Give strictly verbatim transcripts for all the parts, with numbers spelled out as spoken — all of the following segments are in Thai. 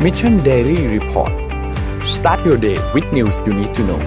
Mission Daily Report Start your day with news you need to know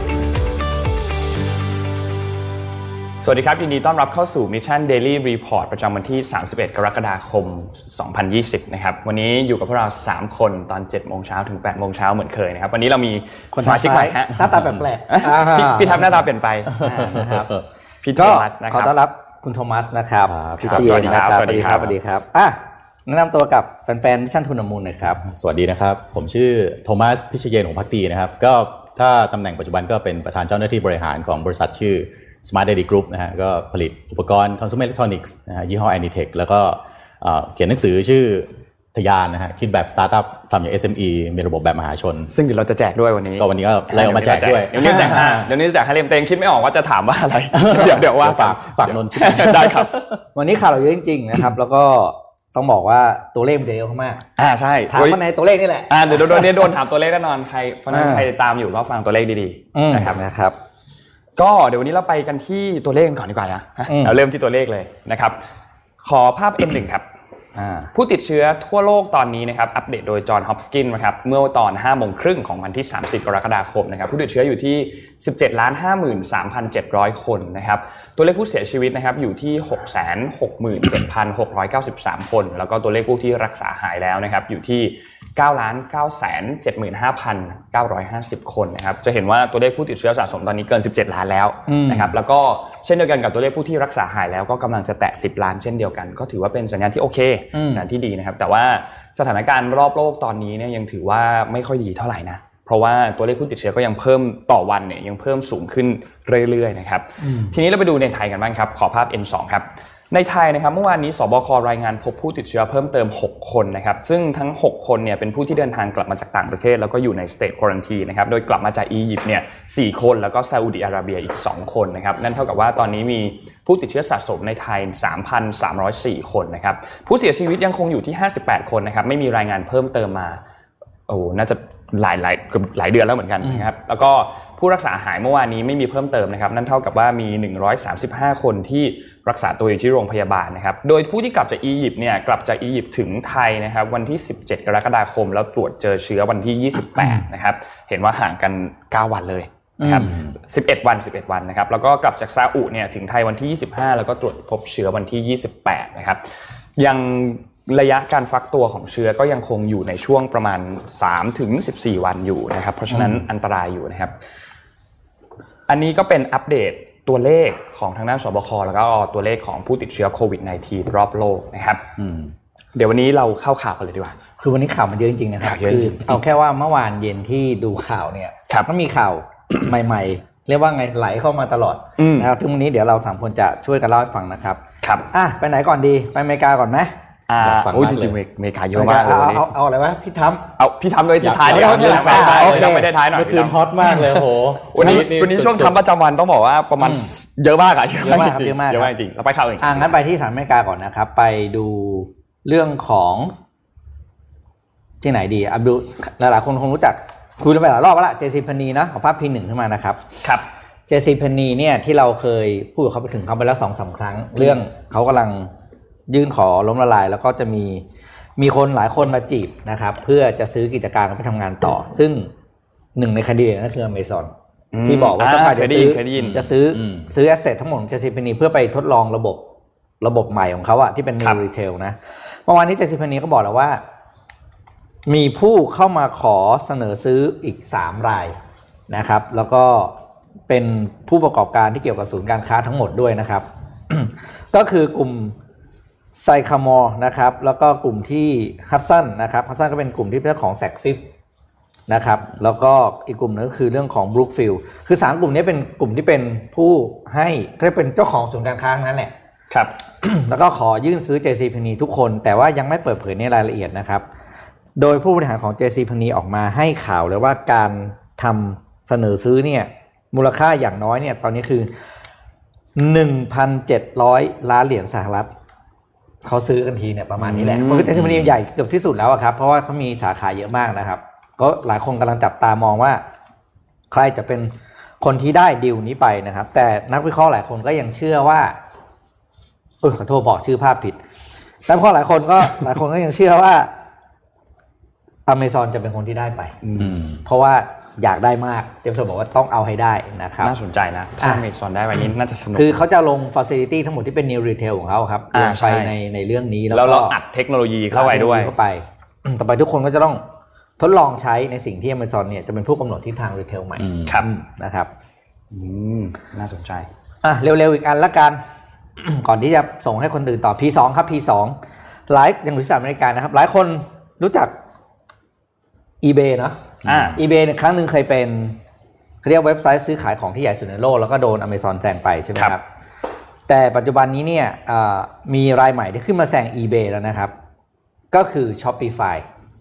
สวัสดีครับยินดีต้อนรับเข้าสู่ Mission Daily Report ประจำวันที่สามสิบเอ็ดกรกฎาคมสองพันยี่สิบนะครับวันนี้อยู่กับพวกเราสามคนตอน เจ็ดโมงเช้าถึง แปดโมงเช้าเหมือนเคยนะครับวันนี้เรามีสมาชิกใหม่ฮะหน้าตาแปลกๆพี่พี่ทับหน้าตาเปลี่ยนไปนะครับพี่โทมัสนะครับขอต้อนรับคุณโทมัสนะครับสวัสดีครับสวัสดีครับสวัสดีครับอ่ะแนะนำตัวกับแฟนๆ Mission to the Moon หน่อยครับสวัสดีนะครับผมชื่อโทมัสพิชเยนของภักดีนะครับก็ถ้าตำแหน่งปัจจุบันก็เป็นประธานเจ้าหน้าที่บริหารของบริษัทชื่อ Smart Dairy Group นะฮะก็ผลิตอุปกรณ์ Consumer Electronics นะฮะยี่ห้อ Anitech แล้วก็เขียนหนังสือชื่อทยานนะฮะคิดแบบสตาร์ทอัพทำอย่าง เอส เอ็ม อี มีระบบแบบมหาชนซึ่งเดี๋ยวเราจะแจกด้วยวันนี้ก็วันนี้ก็ไล่ออกมาแจกด้วยเดี๋ยวนี้แจกห้าเดี๋ยวนี้แจกให้เล่มเต็งคิดไม่ออกว่าจะถามว่าอะไรเดี๋ยวเดี๋ยวว่าฝากฝากนนท์ได้ครับวันนี้ข่าวเราเยอะจริงๆนะครับแล้วก็ต้องบอกว่าตัวเลขมันเยอะมากอ่าใช่ถามว่าในตัวเลขนี่แหละอ่าเดี๋ยวโดนโดนถามตัวเลขแน่นอนใครเพราะนั้นใครตามอยู่ก็ฟังตัวเลขดีๆนะครับนะครับก็เดี๋ยววันนี้เราไปกันที่ตัวเลขก่อนดีกว่านะเราเริ่มที่ตัวเลขเลยนะครับขอภาพ เอ็ม หนึ่ง ครับผู้ติดเชื้อทั่วโลกตอนนี้นะครับอัปเดตโดยจอห์นฮอปกินส์นะครับเมื่อตอน ห้าโมงครึ่งของวันที่สามสิบกรกฎาคมนะครับผู้ติดเชื้ออยู่ที่ สิบเจ็ดล้านห้าหมื่นสามพันเจ็ดร้อย คนนะครับตัวเลขผู้เสียชีวิตนะครับอยู่ที่ หกแสนหกหมื่นเจ็ดพันหกร้อยเก้าสิบสาม คนแล้วก็ตัวเลขผู้ที่รักษาหายแล้วนะครับอยู่ที่ เก้าล้านเก้าแสนเจ็ดหมื่นห้าพันเก้าร้อยห้าสิบ คนนะครับจะเห็นว่าตัวเลขผู้ติดเชื้อสะสมตอนนี้เกินสิบเจ็ดล้านแล้วนะครับแล้วก็เช่นเดียวกันกับตัวเลขผู้ที่รักษาหายแล้วก็กำลังจะแตะสิบล้านเช่นเดียวกันก็ถือว่าเป็นสัญญาณที่โอเคสัญญาณที่ดีนะครับแต่ว่าสถานการณ์รอบโลกตอนนี้เนี่ยยังถือว่าไม่ค่อยดีเท่าไหร่นะเพราะว่าตัวเลขผู้ติดเชื้อก็ยังเพิ่มต่อวันเนี่ยยังเพิ่มสูงขึ้นเรื่อยๆนะครับทีนี้เราไปดูในไทยกันบ้างครับขอภาพ เอ็ม สอง ครับในไทยนะครับเมื่อวานนี้สบครายงานพบผู้ติดเชื้อเพิ่มเติมหกคนนะครับซึ่งทั้งหกคนเนี่ยเป็นผู้ที่เดินทางกลับมาจากต่างประเทศแล้วก็อยู่ในสเตทควอรันทีนะครับโดยกลับมาจากอียิปต์เนี่ยสี่คนแล้วก็ซาอุดิอาระเบียอีกสองคนนะครับนั่นเท่ากับว่าตอนนี้มีผู้ติดเชื้อสะสมในไทย สามพันสามร้อยสี่ คนนะครับผู้เสียชีวิตยังคงอยู่ที่ห้าสิบแปดคนนะครับไม่มีรายงานเพิ่มเติมมาโอ้น่าจะหลายหลายเกือบหลายเดือนแล้วเหมือนกันนะครับแล้วก็ผู้รักษาหายเมื่อวานนี้ไม่มีเพิ่มเติมนะครับนั่นเท่ากับว่ามีหนึ่งร้อยสามสิบห้าคนที่รักษาตัวอยู่ที่โรงพยาบาลนะครับโดยผู้ที่กลับจากอียิปต์เนี่ยกลับจากอียิปต์ถึงไทยนะครับวันที่สิบเจ็ดกรกฎาคมแล้วตรวจเจอเชื้อวันที่ยี่สิบแปดนะครับเห็นว่าห่างกันเก้าวันเลยนะครับสิบเอ็ดวันสิบเอ็ดวันนะครับแล้วก็กลับจากซาอุเนี่ยถึงไทยวันที่ยี่สิบห้าแล้วก็ตรวจพบเชื้อวันที่ยี่สิบแปดนะครับยังระยะการฟักตัวของเชื้อก็ยังคงอยู่ในช่วงประมาณ สามถึงสิบสี่ วันอยู่นะครับเพราะฉะนั้นอันตรายอยู่นะครับอันนี้ก็เป็นอัปเดตตัวเลขของทางด้านสบคแล้วก็ตัวเลขของผู้ติดเชื้อโควิด สิบเก้า รอบโลกนะครับเดี๋ยววันนี้เราเข้าข่าวกันเลยดีกว่าคือวันนี้ข่าวมันเยอะจริงๆนะครับคือเอาแค่ว่าเมื่อวานเย็นที่ดูข่าวเนี่ยมันมีข่าว ใหม่ๆเรียกว่าไงไหลเข้ามาตลอดนะครับทุกวันนี้เดี๋ยวเราสามคนจะช่วยกันเล่าให้ฟังนะครับครับอ่ะไปไหนก่อนดีไปอเมริกาก่อนไหมอ่าโอ้ยจริงๆอเมริกาเยอะมากเลยวันนี้เอาเอาอะไรวะพี่ทํเอาพี่ทํเลยที่ท้ายเดี๋ยวไม่ได้โอเคไม่ได้ท้ายหน่อยเมื่อคืนฮอตมากเลยโหวันนี้วันนี้ช่วงทำประจำวันต้องบอกว่าประมาณเยอะมากอ่ะเยอะมากครับเยอะมากเยอะมากจริงเราไปข่าวอื่นอ่างั้นไปที่สหรัฐอเมริกาก่อนนะครับไปดูเรื่องของที่ไหนดีอ่ะดูหลายๆคนคงรู้จักคุยกันไปหลายรอบแล้วล่ะ เจ ซี Penney นะขอภาพ พี หนึ่ง ขึ้นมานะครับครับเจ ซี Penney เนี่ยที่เราเคยพูดกับเขาไปถึงเขาไปแล้ว สองสาม ครั้งเรื่องเขากำลังยื่นขอล้มละลายแล้วก็จะมีมีคนหลายคนมาจีบนะครับเพื่อจะซื้อกิจการไปทำงานต่อซึ่งหนึ่งในคดีนั่นคือ Amazon ที่บอกว่าต้องการจะซื้อจะซื้อซื้อแอสเซททั้งหมดของ เจ ซี Penney เพื่อไปทดลองระบบระบบใหม่ของเขาอะที่เป็น New Retail นะเมื่อวานนี้ เจ ซี Penney ก็บอกแล้วว่ามีผู้เข้ามาขอเสนอซื้ออีกสามรายนะครับแล้วก็เป็นผู้ประกอบการที่เกี่ยวกับศูนย์การค้าทั้งหมดด้วยนะครับ ก็คือกลุ่มไซคามอร์นะครับแล้วก็กลุ่มที่ฮัตสันนะครับฮัตสันก็เป็นกลุ่มที่เป็นเจ้าของแซกฟิฟนะครับแล้วก็อีกกลุ่มนึงก็คือเรื่องของบรูคฟิลด์คือสามกลุ่มนี้เป็นกลุ่มที่เป็นผู้ให้ที่เป็นเจ้าของศูนย์การค้านั่นแหละครับแล้วก็ขอยื่นซื้อ เจ ซี Penney ทุกคนแต่ว่ายังไม่เปิดเผยในรายละเอียดนะครับโดยผู้บริหารของ เจ ซี Penney ออกมาให้ข่าวเลยว่าการทำเสนอซื้อเนี่ยมูลค่าอย่างน้อยเนี่ยตอนนี้คือ หนึ่งพันเจ็ดร้อย ล้านเหรียญสหรัฐเขาซื้อกันทีเนี่ยประมาณนี้แหละเพราะเจ ซี Penney ใหญ่เกือบที่สุดแล้วครับเพราะว่าเขามีสาขาเยอะมากนะครับก็หลายคนกำลังจับตามองว่าใครจะเป็นคนที่ได้ดีลนี้ไปนะครับแต่นักวิเคราะห์หลายคนก็ยังเชื่อว่าเออขอโทษบอกชื่อภาพผิดนักวิเคราะห์หลายคนก็หลายคนก็ยังเชื่อว่า Amazon จะเป็นคนที่ได้ไปเพราะว่าอยากได้มากเจมส์บอกว่าต้องเอาให้ได้นะครับน่าสนใจนะถ้า Amazon ได้ไปนี้น่าจะสนุกคือเขาจะลง facility ทั้งหมดที่เป็น new retail ของเขาครับลงไปในในเรื่องนี้แล้วก็อัดเทคโนโลยีเข้าไปด้วยเข้าไปต่อไปทุกคนก็จะต้องทดลองใช้ในสิ่งที่ Amazon เนี่ยจะเป็นผู้กำหนดทิศทาง retail ใหม่ครับนะครับอืมน่าสนใจอ่ะเร็วๆอีกอันละกัน ก่อนที่จะส่งให้คนอื่นต่อ พี สอง ครับ พี สอง หลายอย่างที่สหรัฐอเมริกานะครับหลายคนรู้จัก eBay เนาะอ่า eBay เนี่ยครั้งนึงเคยเป็นเรียกเว็บไซต์ซื้อขายของที่ใหญ่สุดในโลกแล้วก็โดน Amazon แซงไปใช่ไหมครับแต่ปัจจุบันนี้เนี่ยมีรายใหม่ที่ขึ้นมาแซง eBay แล้วนะครับก็คือ Shopify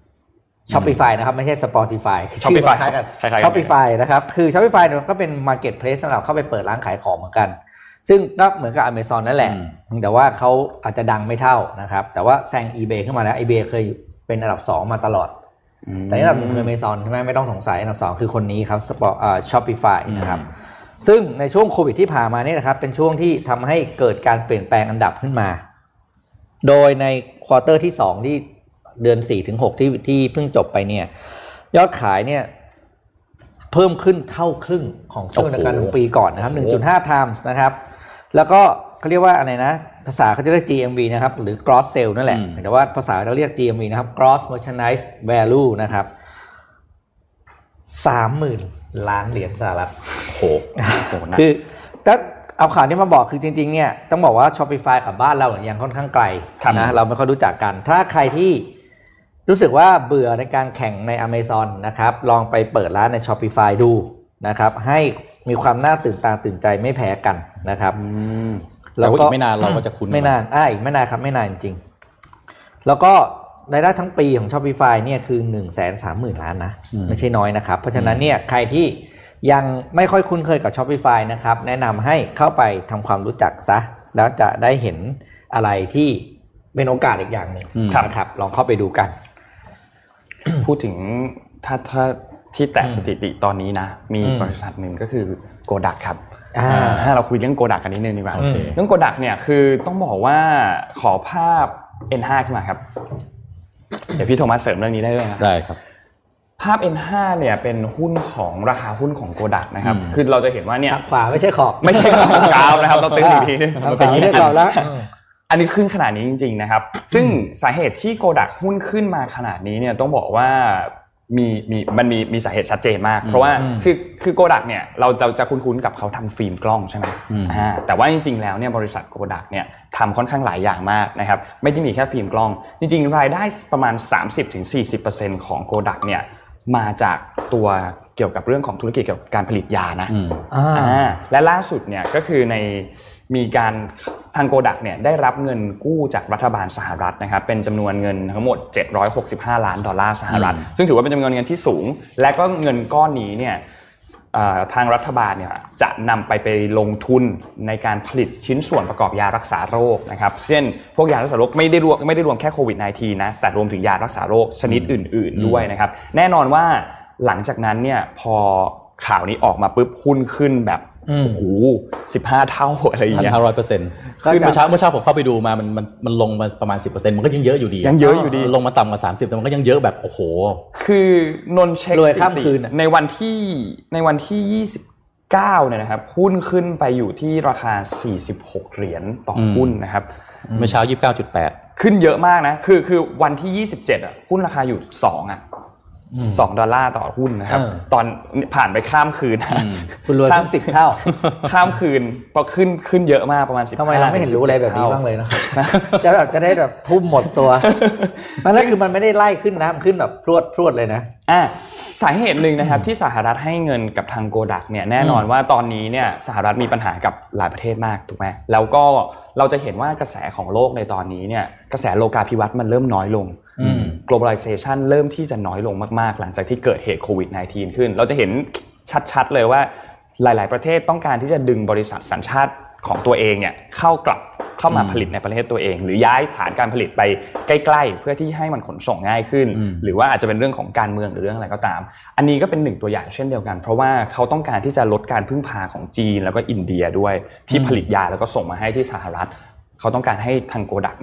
Shopify นะครับไม่ใช่ Spotify Shopify กัน Shopify นะครับคือ Shopify เนี่ยก็เป็น marketplace สำหรับเข้าไปเปิดร้านขายของเหมือนกันซึ่งก็เหมือนกับ Amazon นั่นแหละแต่ว่าเขาอาจจะดังไม่เท่านะครับแต่ว่าแซง eBay ขึ้นมาแล้ว eBay เคยเป็นอันดับสองมาตลอดแต่อันดับหนึ่งคือ Amazon ใช่ไหมไม่ต้องสงสัยอันดับสองคือคนนี้ครับ Shopify นะครับซึ่งในช่วงโควิดที่ผ่านมาเนี่ยนะครับเป็นช่วงที่ทำให้เกิดการเปลี่ยนแปลงอันดับขึ้นมาโดยในควอเตอร์ที่สองที่เดือน สี่ถึงหก ที่ที่เพิ่งจบไปเนี่ยยอดขายเนี่ยเพิ่มขึ้นเท่าครึ่งของช่วงเดียวกันของปีก่อนนะครับ หนึ่งจุดห้า times นะครับแล้วก็เขาเรียกว่าอะไรนะภาษาเขาจะเรียก จี เอ็ม วี นะครับหรือ gross sale นั่นแหละแต่ว่าภาษาเราเรียก จี เอ็ม วี นะครับ gross merchandise value นะครับ สามหมื่น ล้านเหรียญสหรัฐโอ้โหคือถ้าเอาข่าวนี้มาบอกคือจริงๆเนี่ยต้องบอกว่า Shopify กับบ้านเราอย่างค่อนข้างไกลนะเราไม่ค่อยรู้จักกันถ้าใครที่รู้สึกว่าเบื่อในการแข่งใน Amazon นะครับลองไปเปิดร้านใน Shopify ดูนะครับให้มีความน่าตื่นตาตื่นใจไม่แพ้กันนะครับแล้วก็อีกไม่นานเราก็จะคุ้นไม่นานอ่าอีกไม่นานครับไม่นานจริงแล้วก็รายได้ทั้งปีของ Shopify เนี่ยคือ หนึ่งแสนสามหมื่น ล้านนะไม่ใช่น้อยนะครับเพราะฉะนั้นเนี่ยใครที่ยังไม่ค่อยคุ้นเคยกับ Shopify นะครับแนะนำให้เข้าไปทำความรู้จักซะแล้วจะได้เห็นอะไรที่เป็นโอกาสอีกอย่างหนึ่งนะครับลองเข้าไปดูกันพูดถึงถ้าถ้าที่แตะสถิติตอนนี้นะมีบริษัทหนึ่งก็คือ Kodak ครับถ้าเราคุยเรื่อง Kodak กันนิดนึงดีกว่าเรื่อง Kodak เนี่ยคือต้องบอกว่าขอภาพ เอ็น ห้า ขึ้นมาครับเดี๋ยวพี่โทมัสเสริมเรื่องนี้ได้ด้วยนะได้ครับภาพ เอ็น ห้า เนี่ยเป็นหุ้นของราคาหุ้นของ Kodak นะครับคือเราจะเห็นว่าเนี่ยขวาไม่ใช่ขอบไม่ใช่ขอบกราฟนะครับเราตึงอีกทีนึงมันเป็นอย่างนี้ก่อนแล้วอันนี้ขึ้นขนาดนี้จริงๆนะครับซึ่งสาเหตุที่ Kodak หุ้นขึ้นมาขนาดนี้เนี่ยต้องบอกว่ามีมีมันมีมีสาเหตุชัดเจนมากเพราะว่าคือคือ Kodak เนี่ยเราเราจะคุ้นๆกับเขาทำฟิล์มกล้องใช่ไหมอ่าแต่ว่าจริงๆแล้วเนี่ยบริษัท Kodak เนี่ยทำค่อนข้างหลายอย่างมากนะครับไม่ได้มีแค่ฟิล์มกล้องจริงๆรายได้ประมาณ สามสิบถึงสี่สิบเปอร์เซ็นต์ ของ Kodak เนี่ยมาจากตัวเกี่ยวกับเรื่องของธุรกิจเกี่ยวกับการผลิตยานะอ่าและล่าสุดเนี่ยก็คือในมีการทาง Kodak เนี่ยได้รับเงินกู้จากรัฐบาลสหรัฐนะครับเป็นจำนวนเงินทั้งหมดเจ็ดร้อยหกสิบห้าล้านดอลลาร์สหรัฐซึ่งถือว่าเป็นจำนวนเงินที่สูงและก็เงินก้อนนี้เนี่ยทางรัฐบาลเนี่ยจะนำไปไปลงทุนในการผลิตชิ้นส่วนประกอบยารักษาโรคนะครับเช่นพวกยารักษาโรคไม่ได้รวมไม่ได้รวมแค่โควิด สิบเก้า นะแต่รวมถึงยารักษาโรคชนิดอื่นๆด้วยนะครับแน่นอนว่าหลังจากนั้นเนี่ยพอข่าวนี้ออกมาปุ๊บหุ้นขึ้นแบบโอ้โหสิบห้าเท่าอะไรอย่างเงี้ยห้าร้อยเปอร์เซ็นต์ คือเมื่อเช้าเมื่อเช้าผมเข้าไปดูมามันมันมันลงมาประมาณ สิบเปอร์เซ็นต์ มันก็ยังเยอะอยู่ดียังเยอะอยู่ดีลงมาต่ำกว่าสามสิบแต่มันก็ยังเยอะแบบโอ้โหคือนนเช็คเลยข้ามคืนในวันที่ในวันที่ยี่สิบเก้าเนี่ยนะครับหุ้นขึ้นไปอยู่ที่ราคาสี่สิบหกเหรียญต่อหุ้นนะครับเมื่อเช้า ยี่สิบเก้าจุดแปดขึ้นเยอะมากนะคือคือวันที่ยี่สิบเจ็ดอ่ะหุ้นราคาอยู่สองอ่ะสองดอลลาร์ต่อหุ้นนะครับตอนผ่านไปข้ามคืนคุณรวยขึ้นสิบเท่าข้ามคืนพอขึ้นขึ้นเยอะมากประมาณสิบทำไมเราไม่เห็นรู้อะไรแบบนี้บ้างเลยนะจะแบบจะได้แบบทุ่มหมดตัวมันแล้วคือมันไม่ได้ไล่ขึ้นนะมันขึ้นแบบพรวดพรวดเลยนะอ่ะสาเหตุหนึ่งนะครับที่สหรัฐให้เงินกับทาง Kodak เนี่ยแน่นอนว่าตอนนี้เนี่ยสหรัฐมีปัญหากับหลายประเทศมากถูกไหมแล้วก็เราจะเห็นว่ากระแสของโลกในตอนนี้เนี่ยกระแสโลกาภิวัตน์มันเริ่มน้อยลง globalization เริ่มที่จะน้อยลงมากๆหลังจากที่เกิดเหตุโควิด สิบเก้า ขึ้นเราจะเห็นชัดๆเลยว่าหลายๆประเทศต้องการที่จะดึงบริษัทสัญชาติของตัวเองเนี่ยเข้ากลับเข้ามาผลิตในประเทศตัวเองหรือย้ายฐานการผลิตไปใกล้ๆเพื่อที่ให้มันขนส่งง่ายขึ้นหรือว่าอาจจะเป็นเรื่องของการเมืองหรือเรื่องอะไรก็ตามอันนี้ก็เป็นหนึ่งตัวอย่างเช่นเดียวกันเพราะว่าเขาต้องการที่จะลดการพึ่งพาของจีนแล้วก็อินเดียด้วยที่ผลิตยาแล้วก็ส่งมาให้ที่สหรัฐเขาต้องการให้ทาง Kodak เนี่ย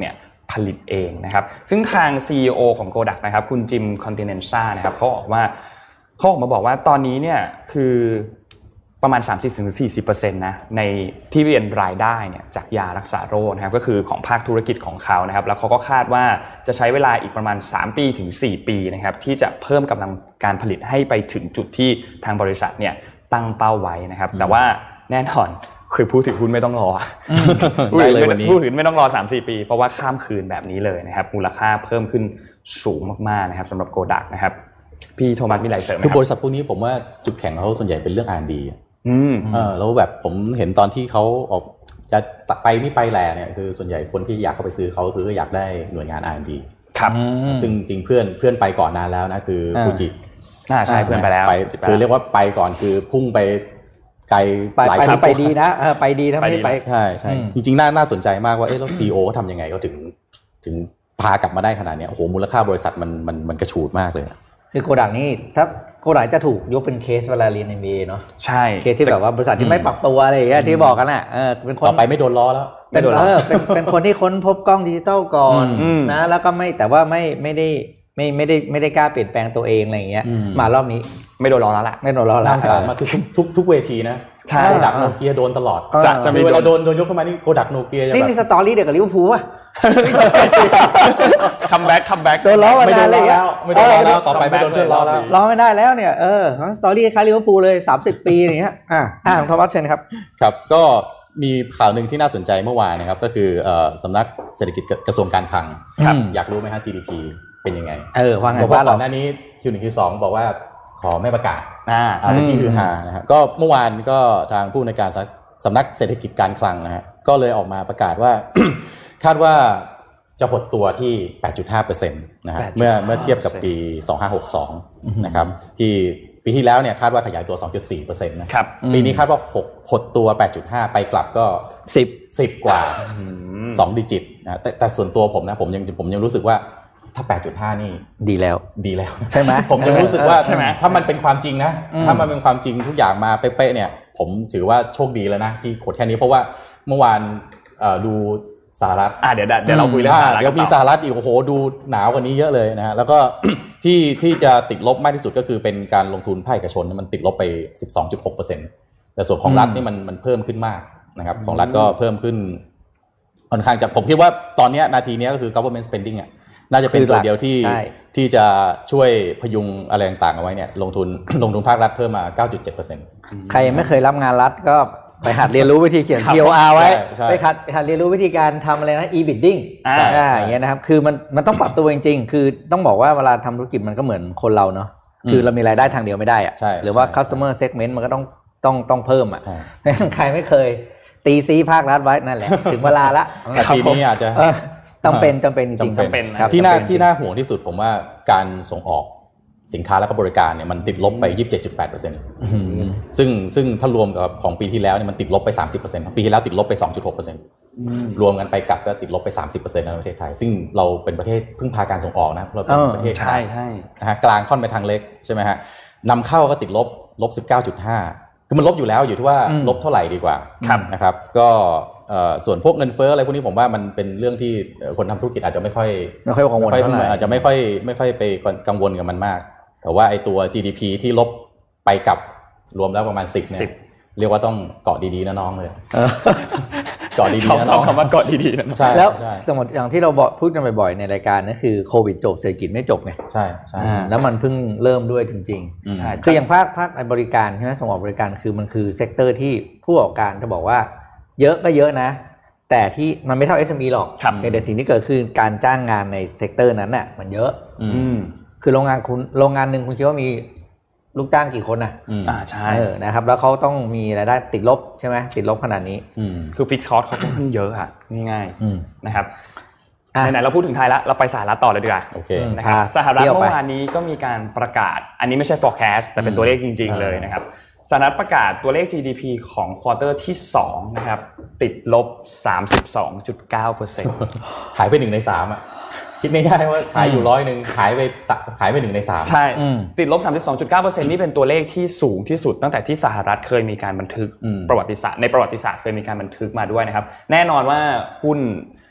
ผลิตเองนะครับซึ่งทาง ซี อี โอ ของ Kodak นะครับคุณจิมคอนติเนนซ่านะครับเขาบอกว่าเขาออกมาบอกว่าตอนนี้เนี่ยคือประมาณ สามสิบถึงสี่สิบเปอร์เซ็นต์ นะในที่เป็นรายได้เนี่ยจากยารักษาโรคนะครับก็คือของภาคธุรกิจของเขานะครับแล้วเขาก็คาดว่าจะใช้เวลาอีกประมาณสามปีถึงสี่ปีนะครับที่จะเพิ่มกำลังการผลิตให้ไปถึงจุดที่ทางบริษัทเนี่ยตั้งเป้าไว้นะครับแต่ว่าแน่นอนคือพูดถึงหุ้นไม่ต้องรอได้เลยวันนี้พูดถึงไม่ต้องรอ สามถึงสี่ ปีเพราะว่าข้ามคืนแบบนี้เลยนะครับมูลค่าเพิ่มขึ้นสูงมากๆนะครับสำหรับ Kodak นะครับพี่โทมัสมีอะไรเสริมไหมครับคือบริษัทพวกนี้ผมว่าจุดแข็งเขาส่วนใหญ่เป็นเรื่อง อาร์ แอนด์ ดีอืมเออแล้วแบบผมเห็นตอนที่เขาออกจะไปไม่ไปแหล่เนี่ยคือส่วนใหญ่คนที่อยากเข้าไปซื้อเขาคือก็อยากได้หน่วยงาน อาร์ แอนด์ ดีครับซึ่งจริงเพื่อนเพื่อนไปก่อนนานแล้วนะคือฟูจิน่าใช่เพื่อนไปแล้วคือเรียกว่าไปก่อนคือพุ่งไปไกลหลายชั้นไปดีนะเออไปดีนะไม่ไปใช่ใช่จริงๆน่าน่าสนใจมากว่าเอ๊ะแล้ว ซี อี โอ เขาทำยังไงก็ถึงถึงพากลับมาได้ขนาดนี้โอ้โหมูลค่าบริษัทมันมันมันกระฉูดมากเลยคือโกดักนี่ถ้าโกดักจะถูกยกเป็นเคสเวลาเรียน เอ็ม บี เอ เนาะใช่เคสที่แบบว่าบริษัทที่ไม่ปรับตัวอะไรอย่างเงี้ยที่บอกกันน่ะเออเป็นคนต่อไปไม่โดนล้อแล้วเป็นเออเป็นเป็นคนที่ค้นพบกล้องดิจิตอลก่อนนะแล้วก็ไม่แต่ว่าไม่ไม่ได้ไม่ไม่ได้ไม่ได้กล้าเปลี่ยนแปลงตัวเองอะไรอย่างเงี้ยมารอบนี้ไม่โดนล้อแล้วแหละไม่โดนล้อแล้วสารมาทุกทุกทุกเวทีนะใช่โกดักโนเกียโดนตลอดจะจะมีเวลาโดนโดนยกขึ้นมานี่โกดักโนเกียนี่นี่สตอรี่เดียวกับลิเวอร์พูลป่ะคัมแบ็กคัมแบ็กโดนล้อไม่ได้แล้วไม่โดนล้อแล้วต่อไปไม่โดนเพื่อนล้อแล้วล้อไม่ได้แล้วเนี่ยเออสตอรี่คล้ายลิเวอร์พูลเลยสามสิบปีอย่างเงี้ยอ่ะอ่ะโทมัสเชิญครับครับก็มีข่าวนึงที่น่าสนใจเมื่อวานนะครับก็คือเอ่อสำนักเศรษฐกิจกระทรวงการคลังครับอยากรู้ไหมฮะ จี ดี พี เป็นยังไงเออว่าไงว่าก่อนหน้านี้ คิว หนึ่ง คิว สอง บอกว่าขอไม่ประกาศอ่าเป็นที่ฮือฮานะครับก็เมื่อวานก็ทางผู้ในการสำนักเศรษฐกิจการคลังนะฮะก็เลยออกมาประกาศว่า คาดว่าจะหดตัวที่ แปดจุดห้าเปอร์เซ็นต์ นะฮะเมื่อเมื่อเทียบกับปีสองพันห้าร้อยหกสิบสองนะครับที่ปีที่แล้วเนี่ยคาดว่าขยายตัว สองจุดสี่เปอร์เซ็นต์ นะครับปีนี้คาดว่าหกหดตัว แปดจุดห้า ไปกลับก็สิบสิบกว่าสองดิจิตนะแต่แต่ส่วนตัวผมนะผมยังผมยังรู้สึกว่าถ้า แปดจุดห้า นี่ดีแล้วดีแล้วใช่ไหมผมจะรู้สึกว่าถ้ามันเป็นความจริงนะถ้ามันเป็นความจริงทุกอย่างมาเป๊ะๆเนี่ยผมถือว่าโชคดีแล้วนะที่ขดแค่นี้เพราะว่าเมื่อวานดูสหรัฐอ่ะเดี๋ยวเดี๋ยวเราคุยเรื่องสหรัฐเดี๋ยวมีสหรัฐอีกโอ้โหดูหนาวกว่านี้เยอะเลยนะฮะแล้วก็ ที่ที่จะติดลบมากที่สุดก็คือเป็นการลงทุนภาคเอกชนมันติดลบไป สิบสองจุดหกเปอร์เซ็นต์ แต่ส่วนของรัฐนี่มันมันเพิ่มขึ้นมากนะครับของรัฐก็เพิ่มขึ้นค่อนข้างจะผมคิดว่าตอนนี้นาทีนี้ก็คือ government spending อ่ะน่าจะเป็นตัวเดียวที่ที่จะช่วยพยุงอะไรต่างๆเอาไว้เนี่ยลงทุนลงทุนภาครัฐเพิ่มมา เก้าจุดเจ็ดเปอร์เซ็นต์ใครไม่เคยรับงานรัฐก็ไปหัดเรียนรู้วิธีเขียน ที โอ อาร์ ไว้ไปหัดหัดเรียนรู้วิธีการทำอะไรนะ e-bidding อ่าอย่างเงี้ยนะครับคือมันมันต้องปรับตัวจริงๆคือต้องบอกว่าเวลาทำธุรกิจมันก็เหมือนคนเราเนาะคือเรามีรายได้ทางเดียวไม่ได้อะหรือว่า customer segment มันก็ต้องต้องต้องเพิ่มอ่ะใครไม่เคยตีซีภาครัฐไว้นั่นแหละถึงเวลาละทีนี้อาจจะต้องเป็นจำเป็นจริงจำเป็นที่น่าที่น่าห่วงที่สุดผมว่าการส่งออกสินค้าและก็บริการเนี่ยมันติดลบไป ยี่สิบเจ็ดจุดแปดเปอร์เซ็นต์ ซึ่งซึ่งถ้ารวมกับของปีที่แล้วเนี่ยมันติดลบไป สามสิบเปอร์เซ็นต์ ปีที่แล้วติดลบไป สองจุดหกเปอร์เซ็นต์ รวมกันไปกลับก็ติดลบไป สามสิบเปอร์เซ็นต์ ในประเทศไทยซึ่งเราเป็นประเทศพึ่งพาการส่งออกนะเราเป็นประเทศใช่ใช่นะฮะกลางค่อนไปทางเล็กใช่ไหมฮะนำเข้าก็ติดลบลบ สิบเก้าจุดห้า คือมันลบอยู่แล้วอยู่ที่ว่าลบเท่าไหร่ดีกว่านะครับก็ส่วนพวกเงินเฟ้ออะไรพวกนี้ผมว่ามันเป็นเรื่องที่คนทำธุรกิจอาจจะไม่ค่อยไม่ค่อยกังวลเท่าไหร่อาจจะไม่ค่อยไม่ค่อยไปกังวลกับมันมากแต่ว่าไอ้ตัว จี ดี พี ที่ลบไปกับรวมแล้วประมาณสิบเนี่ยเรียกว่าต้องเกาะดีๆนะน้องเลยเกาะดีๆนะน้องคำว่าเกาะดีๆนะใช่แล้วสมมติอย่างที่เราบอกพูดกันบ่อยๆในรายการนั่นคือโควิดจบเศรษฐกิจไม่จบไงใช่ใช่แล้วมันเพิ่งเริ่มด้วยจริงๆใช่คืออย่างภาคภาคบริการใช่ไหมส่งออกบริการคือมันคือเซกเตอร์ที่ผู้ประกอบการจะบอกว่าเยอะก็เยอะนะแต่ที่มันไม่เท่า เอส เอ็ม อี หรอกแต่สิ่งที่เกิดขึ้นการจ้างงานในเซกเตอร์นั้นน่ะมันเยอะคือโรงงานคุณโรงงานหนึ่งคุณคิดว่ามีลูกจ้างกี่คนอ่ะอ่าใช่เออนะครับแล้วเขาต้องมีรายได้ติดลบใช่ไหมติดลบขนาดนี้คือฟิกซ์คอสเขาต้องเยอะค่ะง่ายๆนะครับไหนๆเราพูดถึงไทยแล้วเราไปสหรัฐต่อเลยดีกว่าโอเคนะครับสหรัฐเมื่อวานนี้ก็มีการประกาศอันนี้ไม่ใช่ forecast แต่เป็นตัวเลขจริงๆเลยนะครับสหรัฐประกาศตัวเลข จี ดี พี ของควอเตอร์ที่สองนะครับติดลบ สามสิบสองจุดเก้าเปอร์เซ็นต์หายไปหนึ่งในสามอ่ะคิดไม่ได้ว่าขายอยู่ร้อยนึงขายไปขายไปหนึ่งในสามใช่ติดลบ สามสิบสองจุดเก้าเปอร์เซ็นต์ นี่เป็นตัวเลขที่สูงที่สุดตั้งแต่ที่สหรัฐเคยมีการบันทึกประวัติศาสตร์ในประวัติศาสตร์เคยมีการบันทึกมาด้วยนะครับแน่นอนว่าหุ้น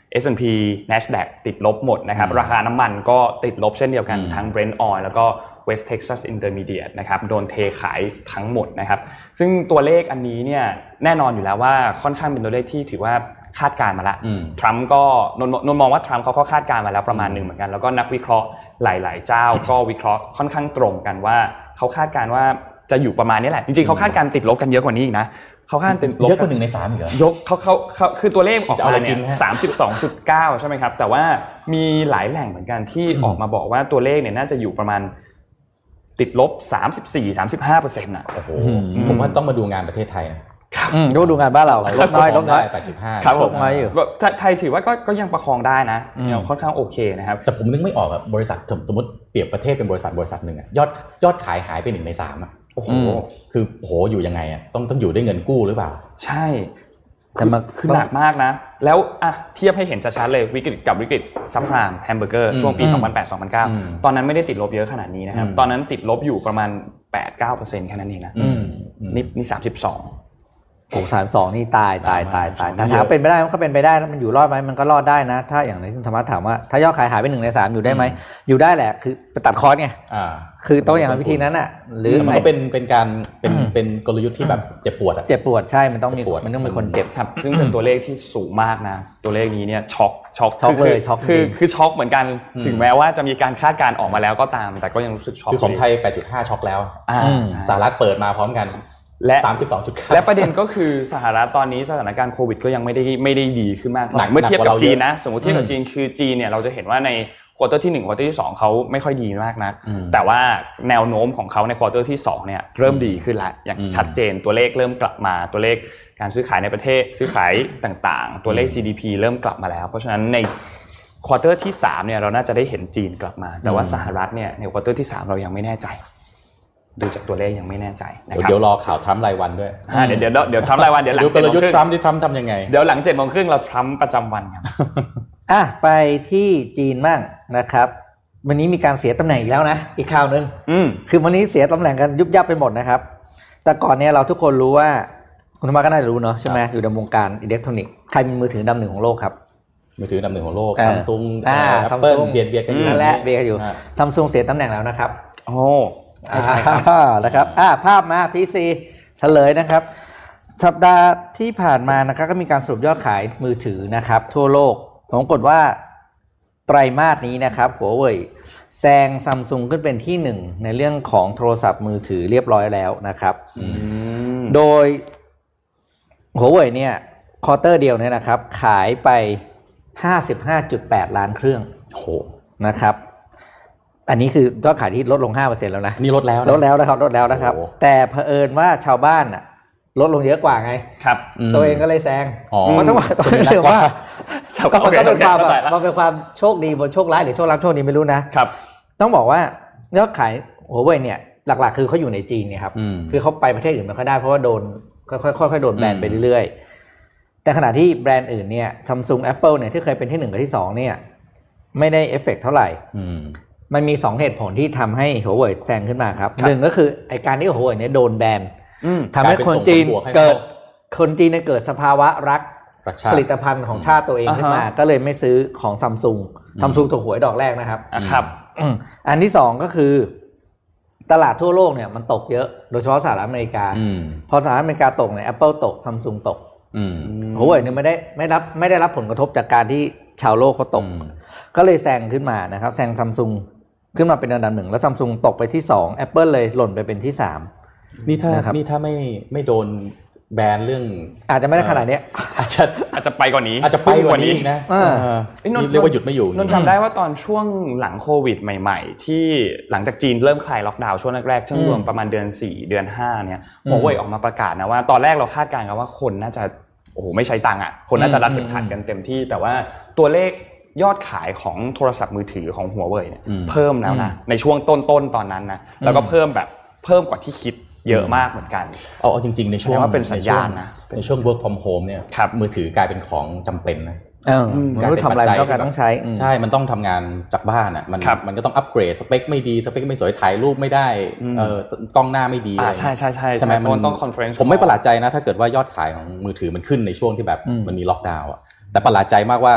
เอส แอนด์ พี Nasdaq ติดลบหมดนะครับราคาน้ำมันก็ติดลบเช่นเดียวกันทั้ง Brent Oil แล้วก็ West Texas Intermediate นะครับโดนเทขายทั้งหมดนะครับซึ่งตัวเลขอันนี้เนี่ยแน่นอนอยู่แล้วว่าค่อนข้างเป็นตัวเลขที่ถือว่าคาดการณ์มาแล้วทรัมป์ก็นนนมองว่าทรัมป์เขาก็คาดการณ์มาแล้วประมาณหนึ่งเหมือนกันแล้วก็นักวิเคราะห์หลายๆเจ้าก็วิเคราะห์ค่อนข้างตรงกันว่าเขาคาดการณ์ว่าจะอยู่ประมาณนี้แหละจริงๆเขาคาดการณ์ติดลบกันเยอะกว่านี้อีกนะเขาคาดติดลบเยอะกว่าหนึ่งในสามอีกเหรอยกเขาเขาเขาคือตัวเลขออกมาเนี่ย สามสิบสองจุดเก้า ใช่ไหมครับแต่ว่ามีหลายแหล่งเหมือนกันที่ออกมาบอกว่าตัวเลขเนี่ยน่าจะอยู่ประมาณติดลบ สามสิบสี่ถึงสามสิบห้าเปอร์เซ็นต์ น่ะโอ้โหผมว่าต้องมาดูงานประเทศไทยครับอืมดูงานบ้านเราลดน้อยลดน้อยแปดจุดห้าครับผมอยู่ไทยถือว่าก็ก็ยังประคองได้นะยังค่อนข้างโอเคนะครับแต่ผมนึกไม่ออกแบบบริษัทสมมุติเปรียบประเทศเป็นบริษัทบริษัทนึงอ่ะยอดยอดขายหายไปหนึ่งในสามอ่ะโอ้โหคือโหอยู่ยังไงอ่ะต้องต้องอยู่ได้เงินกู้หรือเปล่าใช่แต่มันคือหนักมากนะแล้วอ่ะเทียบให้เห็นชัดๆเลยวิกฤตกับวิกฤตซับไพรม์แฮมเบอร์เกอร์ช่วงปีสองพันแปด สองพันเก้าตอนนั้นไม่ได้ติดลบเยอะขนาดนี้นะครับตอนนั้นติดลบอยู่ประมาณ แปดถึงเก้าเปอร์เซ็นต์ แค่นั้นเองนะนี่นี่สามสิบสองโอ้สามสิบสองนี่ตายตายตายตายถ้าถามเป็นไปได้มันก็เป็นไปได้มันอยู่รอดไหมมันก็รอดได้นะถ้าอย่างในธรรมะถามว่าถ้ายอดขายหายไปหนึ่งในสามอยู่ได้ไหมอยู่ได้แหละคือไปตัดคอร์สไงคือต้องอย่างวิธีนั้นอ่ะหรือมันก็เป็นเป็นการเป็นเป็นกลยุทธ์ที่แบบเจ็บปวดอ่ะเจ็บปวดใช่มันต้องมีมันต้องมีคนเจ็บครับซึ่งเป็นตัวเลขที่สูงมากนะตัวเลขนี้เนี่ยช็อกช็อกช็อกเลยช็อกคือคือช็อกเหมือนกันถึงแม้ว่าจะมีการคาดการณ์ออกมาแล้วก็ตามแต่ก็ยังรู้สึกช็อกคือของไทย แปดจุดห้า ช็อกแล้วสหรัฐเปิดมาพร้อมกันและสามสิบสองจุดเก้าและประเด็นก็คือสหรัฐตอนนี้สถานการณ์โควิดก็ยังไม่ได้ไม่ได้ดีขึ้นมากเมื่อเทียบกับจีนนะสมมุติเทียบกับจีนคือจีนเนี่ยเราจะเห็นว่าในควอเตอร์ที่หนึ่งควอเตอร์ที่สองเขาไม่ค่อยดีมากนักแต่ว่าแนวโน้มของเขาในควอเตอร์ที่สองเนี่ยเริ่มดีขึ้นแล้วอย่างชัดเจนตัวเลขเริ่มกลับมาตัวเลขการซื้อขายในประเทศซื้อขายต่างๆตัวเลข จี ดี พี เริ่มกลับมาแล้วเพราะฉะนั้นในควอเตอร์ที่สามเนี่ยเราน่าจะได้เห็นจีนกลับมาแต่ว่าสหรัฐเนี่ยในควอเตอร์ที่สามเรายังไม่แน่ใจดูจากตัวเลขยังไม่แน่ใจนะครับเดี๋ยวรอข่าวทรัมป์รายวันด้วยเดี๋ยวเดี๋ยวเดี๋ยวทรัมป์รายวันเดี๋ยวหลังกลยุทธ์ทรัมป์ที่ทรัมป์ทำยังไงเดี๋ยวหลังเจ็ดโมงครึ่งเราทรัมป์ประจำวันครับอ่ะไปที่จีนบ้างนะครับวันนี้มีการเสียตำแหน่งอีกแล้วนะอีกข่าวนึงคือวันนี้เสียตำแหน่งกันยุบยับไปหมดนะครับแต่ก่อนเนี่ยเราทุกคนรู้ว่าคุณธรรมะก็น่าจะรู้เนาะใช่ไหมอยู่ในวงการอิเล็กทรอนิกส์ใครมีมือถืออันดับหนึ่งของโลกครับมือถืออันดับหนึ่งของโลก Samsung Apple เบียดเบียดกันอยู่นั่นแหละเบียดกันอยู่ Samsung เสียตำแหน่งแล้วนะครับโอ้ใช่ครับนะครับอ่าภาพมา พี ซี เฉลยนะครับสัปดาห์ที่ผ่านมานะครับก็มีการสรุปยอดขายมือถือนะครับทั่วโลกปรากฏว่าไตรมาสนี้นะครับหัวเว่ยแซง Samsung ขึ้นเป็นที่หนึ่งในเรื่องของโทรศัพท์มือถือเรียบร้อยแล้วนะครับโดยหัวเว่ยเนี่ยควอเตอร์เดียวเนี่ยนะครับขายไป ห้าสิบห้าจุดแปด ล้านเครื่องโหนะครับอันนี้คือยอดขายที่ลดลง ห้าเปอร์เซ็นต์ แล้วนะนี่ลดแล้วลดแล้วนะครับลดแล้วนะครับแต่เผอิญว่าชาวบ้านน่ะลดลงเยอะกว่าไงครับตัวเองก็เลยแซงมันต้องต้องถือว่าก็เป็นความมันเป็นความโชคดีบนโชคร้ายหรือโชคร้ายโชคดีไม่รู้นะครับต้องบอกว่ายอดขายหัวเว่ยเนี่ยหลักๆคือเขาอยู่ในจีนเนี่ยครับคือเขาไปประเทศอื่นไม่ค่อยได้เพราะว่าโดนค่อยๆโดนแบนไปเรื่อยๆแต่ขณะที่แบรนด์อื่นเนี่ย Samsung Apple เนี่ยที่เคยเป็นที่หนึ่งกับที่สองเนี่ยไม่ได้เอฟเฟกต์เท่าไหร่มันมีสองเหตุผลที่ทำให้หัวเว่ยแซงขึ้นมาครับหนึ่งก็คือไอการที่หัวเว่ยเนี่ยโดนแบนทำให้คนจีนเกิดคนจีนเกิดสภาวะรักผลิตภัณฑ์ของชาติตัวเองขึ้นมาก็เลยไม่ซื้อของ Samsung Samsung ถูกหวยดอกแรกนะครับครับอันที่สองก็คือตลาดทั่วโลกเนี่ยมันตกเยอะโดยเฉพาะสหรัฐอเมริกาพอสหรัฐอเมริกาตกเนี่ย Apple ตก Samsung ตกหัวเว่ยเนี่ยไม่ได้ไม่รับไม่ได้รับผลกระทบจากการที่ชาวโลกเขาตกก็เลยแซงขึ้นมานะครับแซง Samsung ขึ้นมาเป็นอันดับหนึ่งแล้ว Samsung ตกไปที่สอง Apple เลยหล่นไปเป็นที่สามนี่ถ้านี่ถ้าไม่ไม่โดนแบนเรื่องอาจจะไม่ได้ขนาดนี้อาจจะอาจจะไปกว่านี้อาจจะไปกว่านี้นะนี่เรียกว่าหยุดไม่อยู่นนท์จำได้ว่าตอนช่วงหลังโควิดใหม่ๆที่หลังจากจีนเริ่มคลายล็อกดาวน์ช่วงแรกๆช่วงรวมประมาณเดือนสี่เดือนห้าเนี่ยหัวเว่ยออกมาประกาศนะว่าตอนแรกเราคาดการณ์กันว่าคนน่าจะโอ้โหไม่ใช้ตังค์อ่ะคนน่าจะรัดเข็มขัดกันเต็มที่แต่ว่าตัวเลขยอดขายของโทรศัพท์มือถือของหัวเว่ยเนี่ยเพิ่มแล้วนะในช่วงต้นๆตอนนั้นนะแล้วก็เพิ่มแบบเพิ่มกว่าที่คิดเยอะมากเหมือนกันเอาจริงๆในช่วงว่าเป็นสัญญาณนะในช่วง work from home เนี่ยมือถือกลายเป็นของจำเป็นนะกลายเป็นปัจจัยที่ต้องใช้ใช่มันต้องทำงานจากบ้านอ่ะมันมันก็ต้องอัปเกรดสเปคไม่ดีสเปคไม่สวยถ่ายรูปไม่ได้เออกล้องหน้าไม่ดีใช่ใช่ใช่ใช่ไหมมันต้องคอนเฟอเรนซ์ผมไม่ประหลาดใจนะถ้าเกิดว่ายอดขายของมือถือมันขึ้นในช่วงที่แบบมันมีล็อกดาวน์อ่ะแต่ประหลาดใจมากว่าเ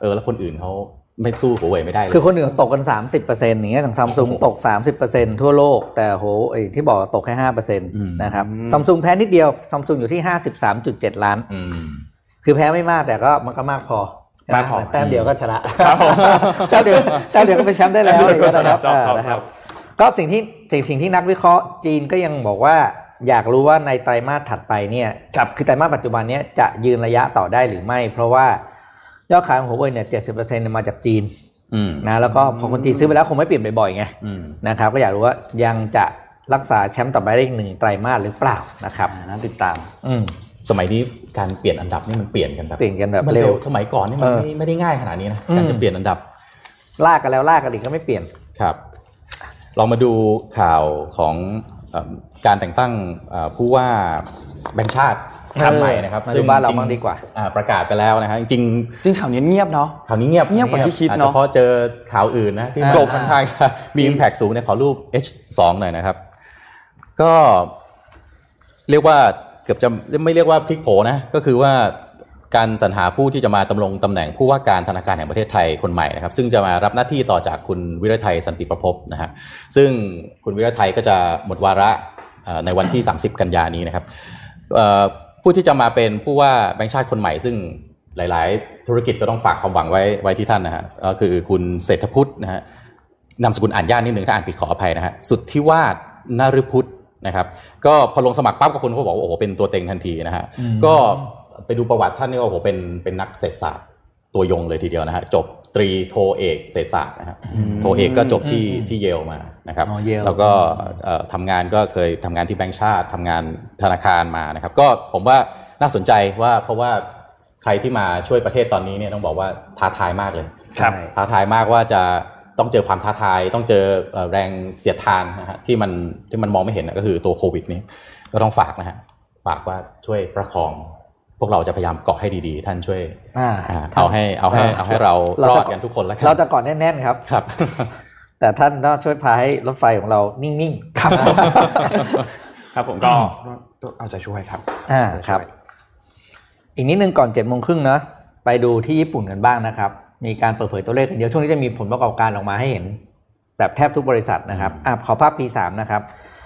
อแล้วคนอื่นเขาไม่สู้หัวเว่ยไม่ได้เลยคือคนอื่นตกกัน สามสิบเปอร์เซ็นต์ อย่างเงี้ยทาง Samsung ตก สามสิบเปอร์เซ็นต์ ทั่วโลกแต่โหไอ้ที่บอกตกแค่ ห้าเปอร์เซ็นต์ นะครับ Samsung แพ้นิดเดียว Samsung อยู่ที่ ห้าสิบสามจุดเจ็ด ล้านคือแพ้ไม่มากแต่ก็มันก็มากพอมากพอแต้มเดียวก็ชนะครับแต้มเดียวแต้มเดียวก็เป็นแชมป์ได้แล้วนะครับนะครับก็สิ่งที่สิ่งสิ่งที่นักวิเคราะห์จีนก็ยังบอกว่าอยากรู้ว่าในไตรมาสถัดไปเนี่ยคือไตรมาสปัจจุบันนี้จะยืนระยะต่อได้หรือไม่เพราะว่ายอดขายของหัวเว่ยเนี่ย เจ็ดสิบเปอร์เซ็นต์ มาจากจีนนะแล้วก็พอคนจีนซื้อไปแล้วคงไม่เปลี่ยนบ่อยๆไงนะครับก็อยากรู้ว่ายังจะรักษาแชมป์ต่อไปได้อีกหนึ่งไตรมาสหรือเปล่านะครับน่าติดตามสมัยนี้การเปลี่ยนอันดับนี่มันเปลี่ยนกันแบบเปลี่ยนกันแบบเร็วสมัยก่อนนี่มันไม่ไม่ได้ง่ายขนาดนี้นะการจะเปลี่ยนอันดับลากกันแล้วลากกันอีกก็ไม่เปลี่ยนครับลองมาดูข่าวของการแต่งตั้งผู้ว่าแบงค์ชาติคนใหม่นะครับซึ่งบ้านเราบ้างดีกว่าประกาศไปแล้วนะฮะจริงจริงข่าวนี้เงียบเนาะข่าวนี้เงียบเงียบกว่าที่คิดเนาะเฉพาะเจอข่าวอื่นนะที่โลกค่อนข้างมี impact สูงเนี่ยขอรูป เอช สอง หน่อยนะครับก็เรียกว่าเกือบจะไม่เรียกว่าพลิกโผนะก็คือว่าการสรรหาผู้ที่จะมาดำรงตำแหน่งผู้ว่าการธนาคารแห่งประเทศไทยคนใหม่นะครับซึ่งจะมารับหน้าที่ต่อจากคุณวิรไทยสันติประภพนะฮะซึ่งคุณวิรไทยก็จะหมดวาระในวันที่สามสิบกันยายนนี้นะครับผู้ที่จะมาเป็นผู้ว่าแบงค์ชาติคนใหม่ซึ่งหลายๆธุรกิจก็ต้องฝากความหวังไว้ไว้ที่ท่านนะฮะก็คือคุณเศรษฐพุทธนะฮะนามสกุลอ่านยากนิดนึงถ้าอ่านผิดขออภัยนะฮะสุทธิวาฒนฤพุทธนะครับก็พอลงสมัครปั๊บก็คนเขาบอกว่าโอ้โหเป็นตัวเต็งทันทีนะฮะก็ไปดูประวัติท่านนี่ก็โอ้โหเป็นเป็นนักเศรษฐศาสตร์ตัวยงเลยทีเดียวนะฮะจบตรีโทเอกเศรษฐศาสตร์นะฮะโทเอกก็จบที่ที่เยลมานะครับแล้วก็ทำงานก็เคยทำงานที่แบงก์ชาติทำงานธนาคารมานะครับก็ผมว่าน่าสนใจว่าเพราะว่าใครที่มาช่วยประเทศตอนนี้เนี่ยต้องบอกว่าท้าทายมากเลยท้าทายมากว่าจะต้องเจอความท้าทายต้องเจอแรงเสียดทานนะฮะที่มันที่มันมองไม่เห็นก็คือตัวโควิดนี้ก็ต้องฝากนะฮะฝากว่าช่วยประคองพวกเราจะพยายามเกาะให้ดีๆท่านช่วยเอาให้เอาให้เอาให้เรารอดกันทุกคนแล้วครับเราจะเกาะแน่นๆครับครับแต่ท่านต้องช่วยพาให้รถไฟของเรานิ่งๆครับครับผมก็เอาใจช่วยครับอ่าครับอีกนิดนึงก่อนเจ็ดโมงครึ่งนะไปดูที่ญี่ปุ่นกันบ้างนะครับมีการเปิดเผยตัวเลขกันเยอะช่วงนี้จะมีผลประกอบการออกมาให้เห็นแบบแทบทุกบริษัทนะครับอ่ะขอภาพ พี สาม นะครับ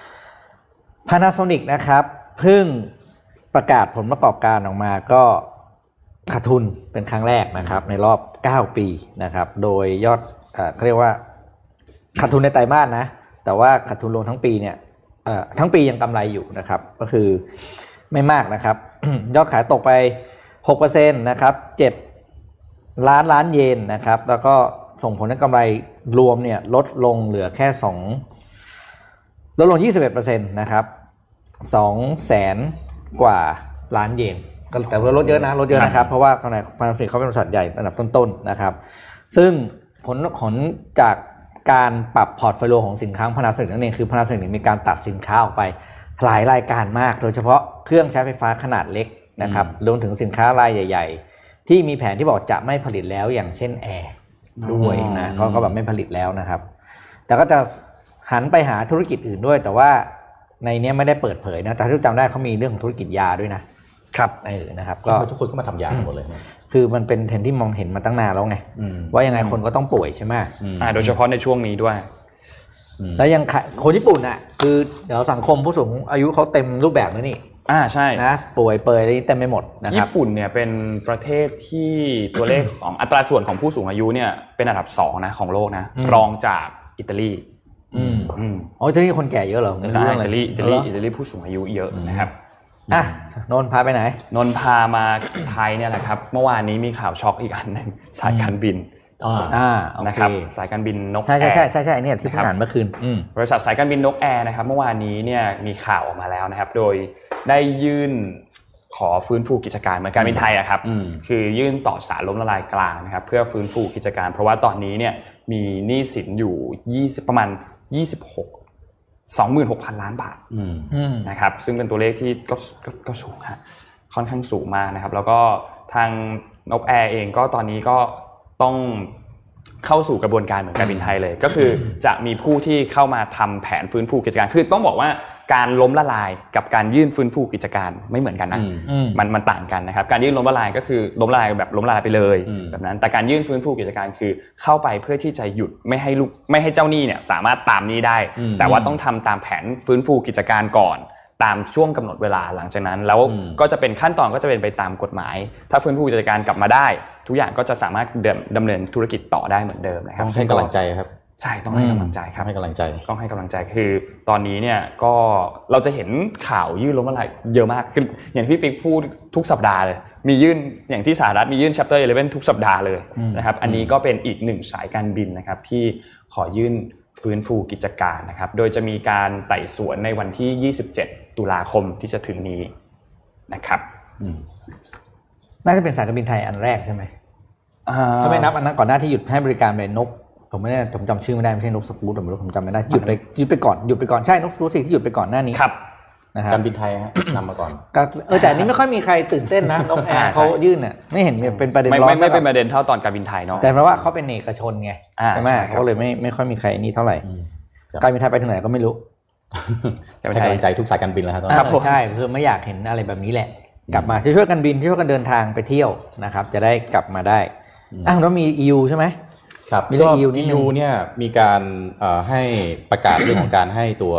Panasonic นะครับเพิ่งประกาศผลประกอบการออกมาก็ขาดทุนเป็นครั้งแรกนะครับในรอบเก้าปีนะครับโดยยอดเอ่อเรียกว่าขาดทุนในไตรมาสนะแต่ว่าขาดทุนรวมทั้งปีเนี่ยเอ่อทั้งปียังกำไรอยู่นะครับก็คือไม่มากนะครับ ยอดขายตกไป หกเปอร์เซ็นต์ นะครับเจ็ดล้านล้านเยนนะครับแล้วก็ส่งผลให้กำไรรวมเนี่ยลดลงเหลือแค่สองลดลง ยี่สิบเอ็ดเปอร์เซ็นต์ นะครับ สองแสน กว่าล้านเยนก็แต่ว่าลดเยอะนะลดเยอะนะครับเพราะว่าใน Panasonic เขาเป็นบริษัทใหญ่อันดับต้นๆนะครับซึ่งผลผลจากการปรับพอร์ตโฟลิโอของสินค้า Panasonic นั่นเองคือ Panasonic มีการตัดสินค้าออกไปหลายรายการมากโดยเฉพาะเครื่องใช้ไฟฟ้าขนาดเล็กนะครับรวมถึงสินค้ารายใหญ่ๆที่มีแผนที่บอกจะไม่ผลิตแล้วอย่างเช่นแอร์ด้วยนะก็ก็แบบไม่ผลิตแล้วนะครับแต่ก็จะหันไปหาธุรกิจอื่นด้วยแต่ว่าในนี้ไม่ได้เปิดเผยนะแต่ที่จำได้เขามีเรื่องของธุรกิจยาด้วยนะครับเออนะครับก็ทุกคนก็มาทำยาหมดเลยคือมันเป็นเทรนด์ที่มองเห็นมาตั้งนานแล้วไงว่ายังไงคนก็ต้องป่วยใช่ไหมอ่าโดยเฉพาะในช่วงนี้ด้วยแล้วยังคนญี่ปุ่นอ่ะคือเดี๋ยวสังคมผู้สูงอายุเขาเต็มรูปแบบแล้วนี่อ่าใช่นะป่วยเปยอะไรเต็มไปหมดนะครับญี่ปุ่นเนี่ยเป็นประเทศที่ตัวเลขของอัตราส่วนของผู้สูงอายุเนี่ยเป็นอันดับสองนะของโลกนะรองจากอิตาลีอืมอืมอ๋อที่นี่คนแก่เยอะเหรออิตาลีอิตาลีอิตาลีผู้สูงอายุเยอะนะครับอ่ะนนท์พาไปไหนนนท์พามาไทยเนี่ยแหละครับเมื่อวานนี้มีข่าวช็อกอีกอันนึงสายการบินอ่านะครับสายการบินนกแอร์ใช่ใช่ใช่ใช่เนี่ยที่ผ่านเมื่อคืนบริษัทสายการบินนกแอร์นะครับเมื่อวานนี้เนี่ยมีข่าวออกมาแล้วนะครับโดยได้ยื่นขอฟื้นฟูกิจการเหมือนการบินไทยอะครับคือยื่นต่อศาลล้มละลายกลางนะครับเพื่อฟื้นฟูกิจการเพราะว่าตอนนี้เนี่ยมีหนี้สินอยู่ยี่สิบประมาณยี่สิบหก สองหมื่นหกพันล้านบาทนะครับซึ่งเป็นตัวเลขที่ก็ก็ก็สูงฮะค่อนข้างสูงมากนะครับแล้วก็ทางนกแอร์เองก็ตอนนี้ก็ต้องเข้าสู่กระบวนการเหมือนการบินไทยเลยก็คือจะมีผู้ที่เข้ามาทำแผนฟื้นฟูกิจการคือต้องบอกว่าการล้มละลายกับการยื่นฟื้นฟูกิจการไม่เหมือนกันนะมันมันต่างกันนะครับการยื่นล้มละลายก็คือล้มละลายแบบล้มละลายไปเลยแบบนั้นแต่การยื่นฟื้นฟูกิจการคือเข้าไปเพื่อที่จะหยุดไม่ให้ลูกไม่ให้เจ้าหนี้เนี่ยสามารถตามหนี้ได้แต่ว่าต้องทำตามแผนฟื้นฟูกิจการก่อนตามช่วงกำหนดเวลาหลังจากนั้นแล้วก็จะเป็นขั้นตอนก็จะเป็นไปตามกฎหมายถ้าฟื้นฟูกิจการกลับมาได้ทุกอย่างก็จะสามารถดำเนินธุรกิจต่อได้เหมือนเดิมนะครับต้องให้กำลังใจครับใช่ต้องให้กำลังใจครับให้กำลังใจต้องให้กำลังใจคือตอนนี้เนี่ยก็เราจะเห็นข่าวยื่นล้มละลายเยอะมากคืออย่างที่พี่ปิ๊กพูดทุกสัปดาห์เลยมียื่นอย่างที่สหรัฐมียื่น Chapter สิบเอ็ดทุกสัปดาห์เลยนะครับอันนี้ก็เป็นอีกหนึ่งสายการบินนะครับที่ขอยื่นฟื้นฟูกิจการนะครับโดยจะมีการไต่สวนในวันที่ยี่สิบเจ็ดตุลาคมที่จะถึงนี้นะครับน่าจะเป็นสายการบินไทยอันแรกใช่ไหมถ้าไม่นับอันนั้นก่อนหน้าที่หยุดให้บริการเป็นนกผมไม่ได้ผมจำชื่อไม่ได้ไม่ใช่นกสกู๊ตผมผมจำไม่ได้หยุดไปหยุดไปก่อนหยุดไปก่อนใช่นกสกู๊ตที่หยุดไปก่อนหน้านี้ครับนะครับการบินไทยฮะนำมาก่อนเออแต่นี้ไม่ค่อยมีใครตื่นเต้นนะนกแอร์เขายื่นเนี่ยไม่เห็นเป็นประเด็นร้อนไม่ไม่เป็นประเด็นเท่าตอนการบินไทยเนาะแต่เพราะว่าเขาเป็นเอกชนไงใช่ไหมเขาเลยไม่ไม่ค่อยมีใครนี่เท่าไหร่การบินไทยไปถึงไหนก็ไม่รู้ให้กำลังใจทุกสายการบินแล้วครับใช่คือไม่อยากเห็นอะไรแบบนี้แหละกลับมาช่วยกันบินช่วยกันเดินทางไปเที่ยวนะครับจะได้กลับมาได้อ้าวแล้วมี อี ยู ใช่ไหมครับก็ อี ยู เนี่ยมีการให้ประกาศเรื่องของการให้ตัว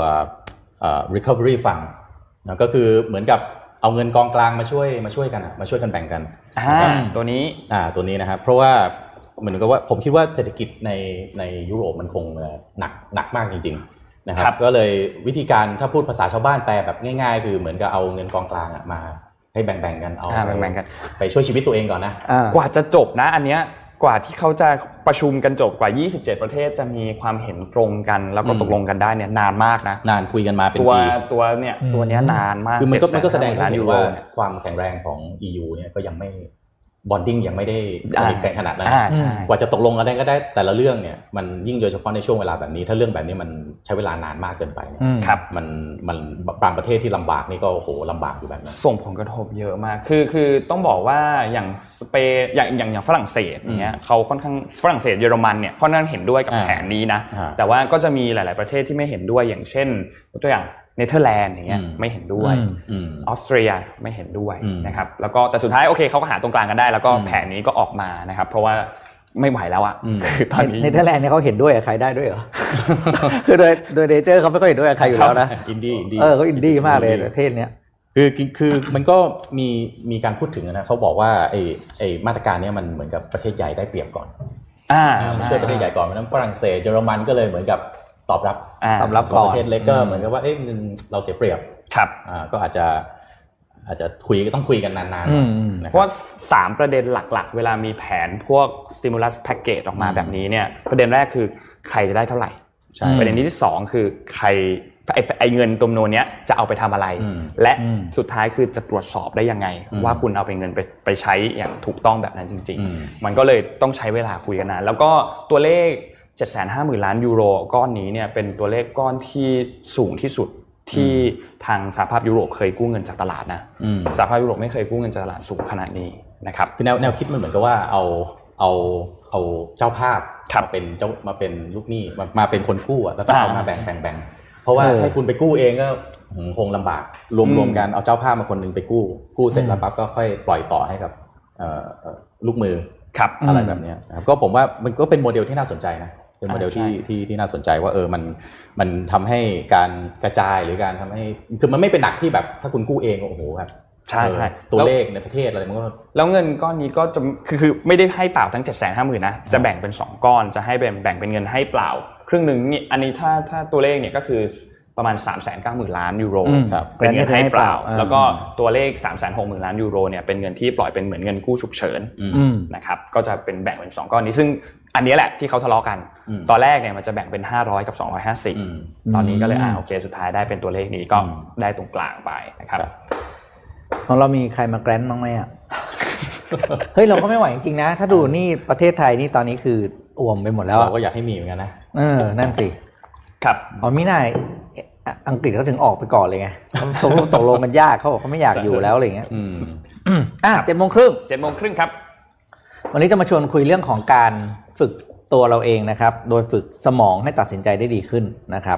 recovery fund นะก็คือเหมือนกับเอาเงินกองกลางมาช่วยมาช่วยกันมาช่วยกันแบ่งกันตัวนี้อ่าตัวนี้นะครับเพราะว่าเหมือนกับว่าผมคิดว่าเศรษฐกิจในในยุโรปมันคงหนักหนักมากจริงๆนะครับก็เลยวิธีการถ้าพูดภาษาชาวบ้านแปลแบบง่ายๆคือเหมือนกับเอาเงินกองกลางมาให้แบ่งๆกันเอาแบ่งๆกันไปช่วยชีวิตตัวเองก่อนนะกว่าจะจบนะอันเนี้ยกว่าที่เขาจะประชุมกันจบกว่ายี่สิบเจ็ดประเทศจะมีความเห็นตรงกันแล้วก็ตกลงกันได้เนี่ยนานมากนะนานคุยกันมาเป็นปีตัวตัวเนี่ยตัวเนี้ยนานมากคือมันก็มันก็แสดงให้เห็นว่าความแข็งแรงของ อี ยู เนี่ยก็ยังไม่บอนดิ้งยังไม่ได้สนิทกันขนาดนั้นกว่าจะตกลงกันได้ก็ได้แต่ละเรื่องเนี่ยมันยิ่งโดยเฉพาะในช่วงเวลาแบบนี้ถ้าเรื่องแบบนี้มันใช้เวลานานมากเกินไปเนี่ยมันมันบางประเทศที่ลำบากนี่ก็โอ้โหลำบากอยู่แบบนั้นส่งผลกระทบเยอะมากคือคือต้องบอกว่าอย่างสเปนอย่างอย่างอย่างฝรั่งเศสอย่างเงี้ยเขาค่อนข้างฝรั่งเศสเยอรมันเนี่ยค่อนข้างเห็นด้วยกับแผนนี้นะแต่ว่าก็จะมีหลายๆประเทศที่ไม่เห็นด้วยอย่างเช่นตัวอย่างเนเธอร์แลนด์อย่างเงี้ยไม่เห็นด้วยออสเตรียไม่เห็นด้วยนะครับแล้วก็แต่สุดท้ายโอเคเขาก็หาตรงกลางกันได้แล้วก็แผนนี้ก็ออกมานะครับเพราะว่าไม่ไหวแล้วอ่ะคือตอนนี้เนเธอร์แลนด์เนี่ยเขาเห็นด้วยกับใครได้ด้วยเหรอคือโดยโดยเนเจอร์เขาไม่ค่อยเห็นด้วยกับใครอยู่แล้วนะอินดี้อินดี้เออเขาอินดี้มากเลยประเทศเนี้ยคือคือมันก็มีมีการพูดถึงนะเขาบอกว่าไอ้ไอ้มาตรการนี้มันเหมือนกับประเทศใหญ่ได้เปรียบก่อนอ่าช่วยประเทศใหญ่ก่อนเพราะนั้นฝรั่งเศสเยอรมันก็เลยเหมือนกับตอบรับตอบรับก่อนประเทศเล็กก็เหมือนกับว่าเอ๊ะเราเสียเปรียบครับอ่าก็อาจจะอาจจะคุยก็ต้องคุยกันนานๆเพราะว่าสามประเด็นหลักๆเวลามีแผนพวก stimulus package ออกมาแบบนี้เนี่ยประเด็นแรกคือใครจะได้เท่าไหร่ประเด็นที่สองคือใครไอ้ไอ้เงินจำนวนเนี้ยจะเอาไปทำอะไรและสุดท้ายคือจะตรวจสอบได้ยังไงว่าคุณเอาไปเงินไปไปใช้อย่างถูกต้องแบบนั้นจริงๆมันก็เลยต้องใช้เวลาคุยกันนานแล้วก็ตัวเลขเจ็ดแสนห้าหมื่นล้านยูโรก้อนนี้เนี่ยเป็นตัวเลขก้อนที่สูงที่สุดที่ทางสหภาพยุโรปเคยกู้เงินจากตลาดนะสหภาพยุโรปไม่เคยกู้เงินจากตลาดสูงขนาดนี้นะครับคือแนวแนวคิดมันเหมือนกับว่าเอาเอาเอาเจ้าภาพมาเป็นเจ้ามาเป็นลูกหนี้มามาเป็นคนกู้แล้วก็เอามาแบ่งแบ่งแบ่งเพราะว่าให้คุณไปกู้เองก็คงลำบากรวมรวมกันเอาเจ้าภาพมาคนนึงไปกู้กู้เสร็จแล้วปั๊บก็ค่อยปล่อยต่อให้กับลูกมืออะไรแบบนี้นะครับก็ผมว่ามันก็เป็นโมเดลที่น่าสนใจนะเป็นโมเดลที่ที่ที่น่าสนใจว่าเออมันมันทำให้การกระจายหรือการทำให้คือมันไม่เป็นหนักที่แบบถ้าคุณกู้เองโอ้โหแบบใช่ใช่ตัวเลขในประเทศอะไรมันก็แล้วเงินก้อนนี้ก็จะคือคือไม่ได้ให้เปล่าทั้ง เจ็ดแสนห้าหมื่น นะจะแบ่งเป็นสองก้อนจะให้แบ่งแบ่งเป็นเงินให้เปล่าครึ่งนึงนี่อันนี้ถ้าถ้าตัวเลขเนี่ยก็คือประมาณ สามแสนเก้าหมื่น ล้านยูโรเป็นเงินให้เปล่าแล้วก็ตัวเลข สามแสนหกหมื่น ล้านยูโรเนี่ยเป็นเงินที่ปล่อยเป็นเหมือนเงินกู้ฉุกเฉินนะครับก็จะเป็นแบ่งเป็นสองก้อนนี้ซึ่งอันนี้แหละที่เขาทะเลาะกันตอนแรกเนี่ยมันจะแบ่งเป็นห้าร้อยกับสองร้อยห้าสิบตอนนี้ก็เลยอ่าโอเคสุดท้ายได้เป็นตัวเลขนี้ก็ได้ตรงกลางไปนะครับของเรามีใครมาแกรนด์บ้างไหมอ่ะเฮ้ยเราก็ไม่ไหวจริงๆนะถ้าดูนี่ประเทศไทยนี่ตอนนี้คืออ่วมไปหมดแล้วเราก็อยากให้มีเหมือนกันนะเออนั่นสิครับอ๋อมิน่าอังกฤษเขาถึงออกไปก่อนเลยไงตกลงตกลงกันยากเขาบอกเขาไม่อยากอยู่แล้วอะไรเงี้ยอ่ะเจ็ดโมงครึ่งเจ็ดโมงครึ่งครับวันนี้จะมาชวนคุยเรื่องของการฝึกตัวเราเองนะครับโดยฝึกสมองให้ตัดสินใจได้ดีขึ้นนะครับ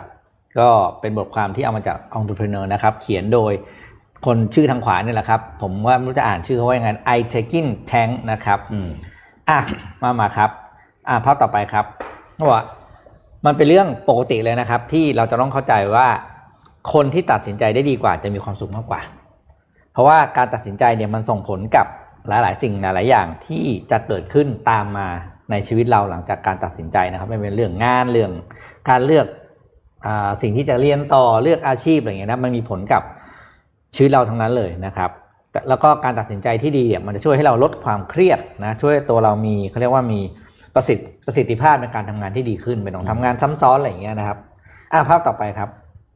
ก็เป็นบทความที่เอามาจาก Entrepreneur นะครับเขียนโดยคนชื่อทางขวานี่แหละครับผมว่าไม่รู้จะอ่านชื่อเขาว่ายังไง I Taking Tank นะครับอืมอ่ะมามาครับอ่ะภาพต่อไปครับเขาบอกมันเป็นเรื่องปกติเลยนะครับที่เราจะต้องเข้าใจว่าคนที่ตัดสินใจได้ดีกว่าจะมีความสุขมากกว่าเพราะว่าการตัดสินใจเนี่ยมันส่งผลกับหลายๆสิ่งหลายๆอย่างที่จะเกิดขึ้นตามมาในชีวิตเราหลังจากการตัดสินใจนะครับไม่เป็นเรื่องงานเรื่องการเลือกอ่าสิ่งที่จะเรียนต่อเลือกอาชีพอะไรอย่างเงี้ยนะมันมีผลกับชีวิตเราทั้งนั้นเลยนะครับแล้วก็การตัดสินใจที่ดีเนี่ยมันจะช่วยให้เราลดความเครียดนะช่วยตัวเรามีเขาเรียกว่ามีประสิทธิประสิทธิภาพในการทำงานที่ดีขึ้นไม่ต้องทำงานซ้ำซ้อนอะไรอย่างเงี้ยนะครับอ่ะภาพต่อไปครับ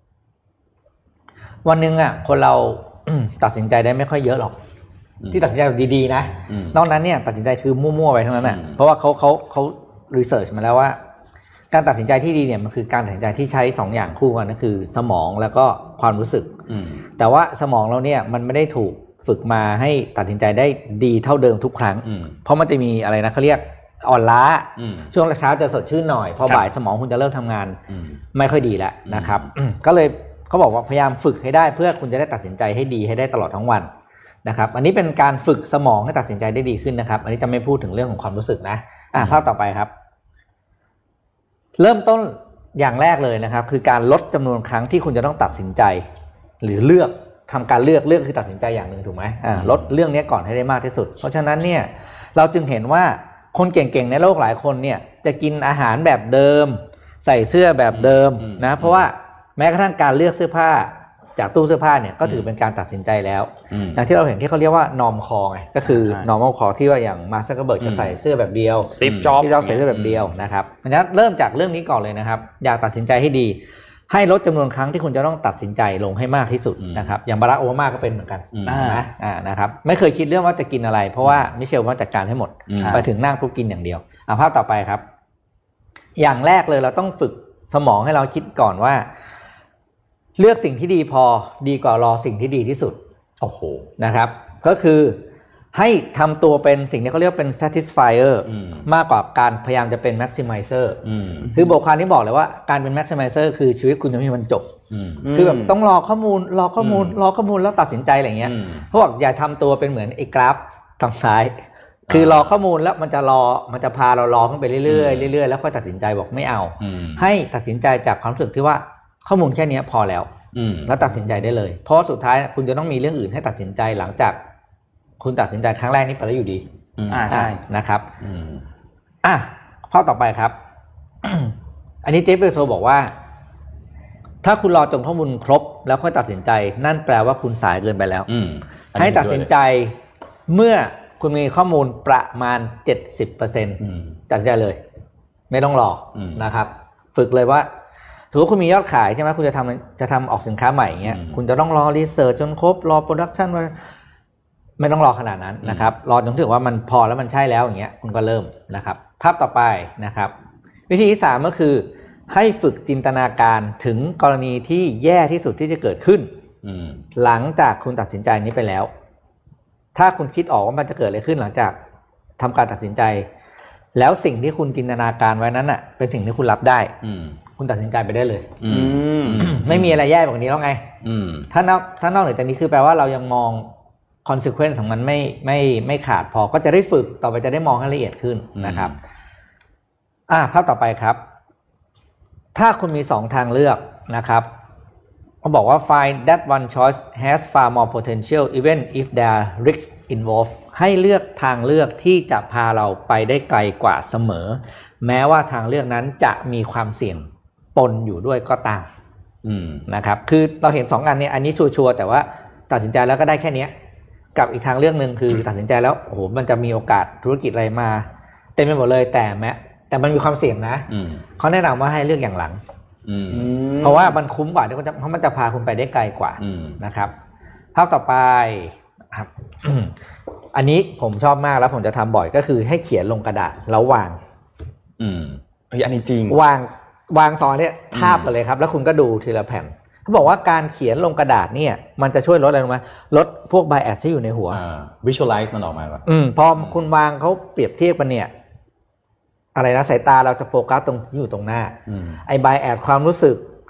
วันนึงอ่ะคนเรา ตัดสินใจได้ไม่ค่อยเยอะหรอกที่ตัดสินใจดีๆนะนอกนั้นเนี่ยตัดสินใจคือมั่วๆไปทั้งนั้นน่ะเพราะว่าเขาเขาเขารีเสิร์ชมาแล้วว่าการตัดสินใจที่ดีเนี่ยมันคือการตัดสินใจที่ใช้สองอย่างคู่กันนั่นคือสมองแล้วก็ความรู้สึกแต่ว่าสมองเราเนี่ยมันไม่ได้ถูกฝึกมาให้ตัดสินใจได้ดีเท่าเดิมทุกครั้งเพราะมันจะมีอะไรนะเขาเรียกอ่อนล้าช่วงเช้าจะสดชื่นหน่อยพอบ่ายสมองคุณจะเริ่มทำงานไม่ค่อยดีแล้วนะครับก็เลยเขาบอกว่าพยายามฝึกให้ได้เพื่อคุณจะได้ตัดสินใจให้ดีให้ได้ตลอดทั้งวันนะครับอันนี้เป็นการฝึกสมองให้ตัดสินใจได้ดีขึ้นนะครับอันนี้จะไม่พูดถึงเรื่องของความรู้สึกนะอ่ะภาพต่อไปครับเริ่มต้นอย่างแรกเลยนะครับคือการลดจำนวนครั้งที่คุณจะต้องตัดสินใจหรือเลือกทำการเลือกเลือกคือตัดสินใจอย่างหนึ่งถูกไหมอ่าลดเรื่องนี้ก่อนให้ได้มากที่สุดเพราะฉะนั้นเนี่ยเราจึงเห็นว่าคนเก่งๆในโลกหลายคนเนี่ยจะกินอาหารแบบเดิมใส่เสื้อแบบเดิมนะเพราะว่าแม้กระทั่งการเลือกเสื้อผ้าจากตู้เสื้อผ้าเนี่ยก็ถือเป็นการตัดสินใจแล้วอย่างที่เราเห็นที่เขาเรียกว่านอร์มคอไงก็คือ normal core ที่ว่าอย่างมาร์ค ซักเคอร์เบิร์กจะใส่เสื้อแบบเดียวสตีฟ จ็อบส์ที่เราใส่เสื้อแบบเดียวนะครับเพราะฉะนั้นเริ่มจากเรื่องนี้ก่อนเลยนะครับอยากตัดสินใจให้ดีให้ลดจำนวนครั้งที่คุณจะต้องตัดสินใจลงให้มากที่สุดนะครับอย่างบารัก โอบามาก็เป็นเหมือนกันนะอ่านะครับไม่เคยคิดเรื่องว่าจะกินอะไรเพราะว่ามิเชลว่าจัดการให้หมดไปถึงนั่งปุ๊บกินอย่างเดียวอ่ะภาพต่อไปครับอย่างแรกเลยเราต้องฝึกสมองให้เราคิดก่อนว่าเลือกสิ่งที่ดีพอดีกว่ารอสิ่งที่ดีที่สุดโอ้โหนะครับก็คือให้ทำตัวเป็นสิ่งที่เขาเรียกเป็น satisfier มากกว่าการพยายามจะเป็น maximizer คือบทความที่บอกเลยว่าการเป็น maximizer คือชีวิตคุณจะไม่มีวันจบคือแบบต้องรอข้อมูลรอข้อมูลรอข้อมูลแล้วตัดสินใจอะไรเงี้ยเขาบอกอย่าทำตัวเป็นเหมือนไอ้กราฟทางซ้ายคือรอข้อมูลแล้วมันจะรอมันจะพาเรารอขึ้นไปเรื่อยๆเรื่อยๆแล้วค่อยตัดสินใจบอกไม่เอาให้ตัดสินใจจากความรู้สึกที่ว่าข้อมูลแค่นี้พอแล้วแล้วตัดสินใจได้เลยเพราะสุดท้ายคุณจะต้องมีเรื่องอื่นให้ตัดสินใจหลังจากคุณตัดสินใจครั้งแรกนี้ไปแล้วอยู่ดีอ่าใช่นะครับอ่ะข้อต่อไปครับ อันนี้เจฟเบโซบอกว่าถ้าคุณรอจนข้อมูลครบแล้วค่อยตัดสินใจนั่นแปลว่าคุณสายเกินไปแล้วให้ตัดสินใจเมื่อคุณมีข้อมูลประมาณ เจ็ดสิบเปอร์เซ็นต์ ตัดสินใจเลยไม่ต้องรอนะครับฝึกเลยว่าถือว่าคุณมียอดขายใช่ไหมคุณจะทำจะทำออกสินค้าใหม่เงี้ยคุณจะต้องรอรีเสิร์ชจนครบรอโปรดักชันไม่ต้องรอขนาดนั้นนะครับรอจนถึงว่ามันพอแล้วมันใช่แล้วอย่างเงี้ยคุณก็เริ่มนะครับภาพต่อไปนะครับวิธีที่สามก็คือให้ฝึกจินตนาการถึงกรณีที่แย่ที่สุดที่จะเกิดขึ้นหลังจากคุณตัดสินใจนี้ไปแล้วถ้าคุณคิดออกว่ามันจะเกิดอะไรขึ้นหลังจากทำการตัดสินใจแล้วสิ่งที่คุณจินตนาการไว้นั้นอ่ะเป็นสิ่งที่คุณรับได้คุณตัดสินใจไปได้เลยไม่มีอะไรแย่แบบนี้แล้วไงถ้านอกถ้านอกเหนือจากนี้คือแปลว่าเรายังมองconsequence ของมันไม่ไม่ไม่ขาดพอก็จะได้ฝึกต่อไปจะได้มองให้ละเอียดขึ้นนะครับอ่ะภาพต่อไปครับถ้าคุณมีสองทางเลือกนะครับเขาบอกว่า find that one choice has far more potential even if there are risks involved ให้เลือกทางเลือกที่จะพาเราไปได้ไกลกว่าเสมอแม้ว่าทางเลือกนั้นจะมีความเสี่ยงปนอยู่ด้วยก็ตามนะครับคือเราเห็นสองอันนี้อันนี้ชัวร์ๆแต่ว่าตัดสินใจแล้วก็ได้แค่นี้กับอีกทางเรื่องนึงคือตัดสินใจแล้วโอ้โหมันจะมีโอกาสธุรกิจอะไรมาเต็มไปหมดเลยแต่แม้แต่มันมีความเสี่ยงนะเขาแนะนำว่าให้เลือกอย่างหลังเพราะว่ามันคุ้มกว่าเพราะมันจะพาคุณไปได้ไกลกว่านะครับภาพต่อไปครับ อันนี้ผมชอบมากแล้วผมจะทำบ่อยก็คือให้เขียนลงกระดาษแล้ววางอืมอันนี้จริงวางวางซองเนี่ยทาบกันเลยครับแล้วคุณก็ดูทีละแผ่นเขาบอกว่าการเขียนลงกระดาษเนี่ยมันจะช่วยลดอะไรรู้ไหมลดพวก bias ที่อยู่ในหัว visualize มันออกมาแบบอืมพอคุณวางเขาเปรียบเทียบกันเนี่ยอะไรนะสายตาเราจะโฟกัสตรงที่อยู่ตรงหน้าไอ้ bias ความรู้สึก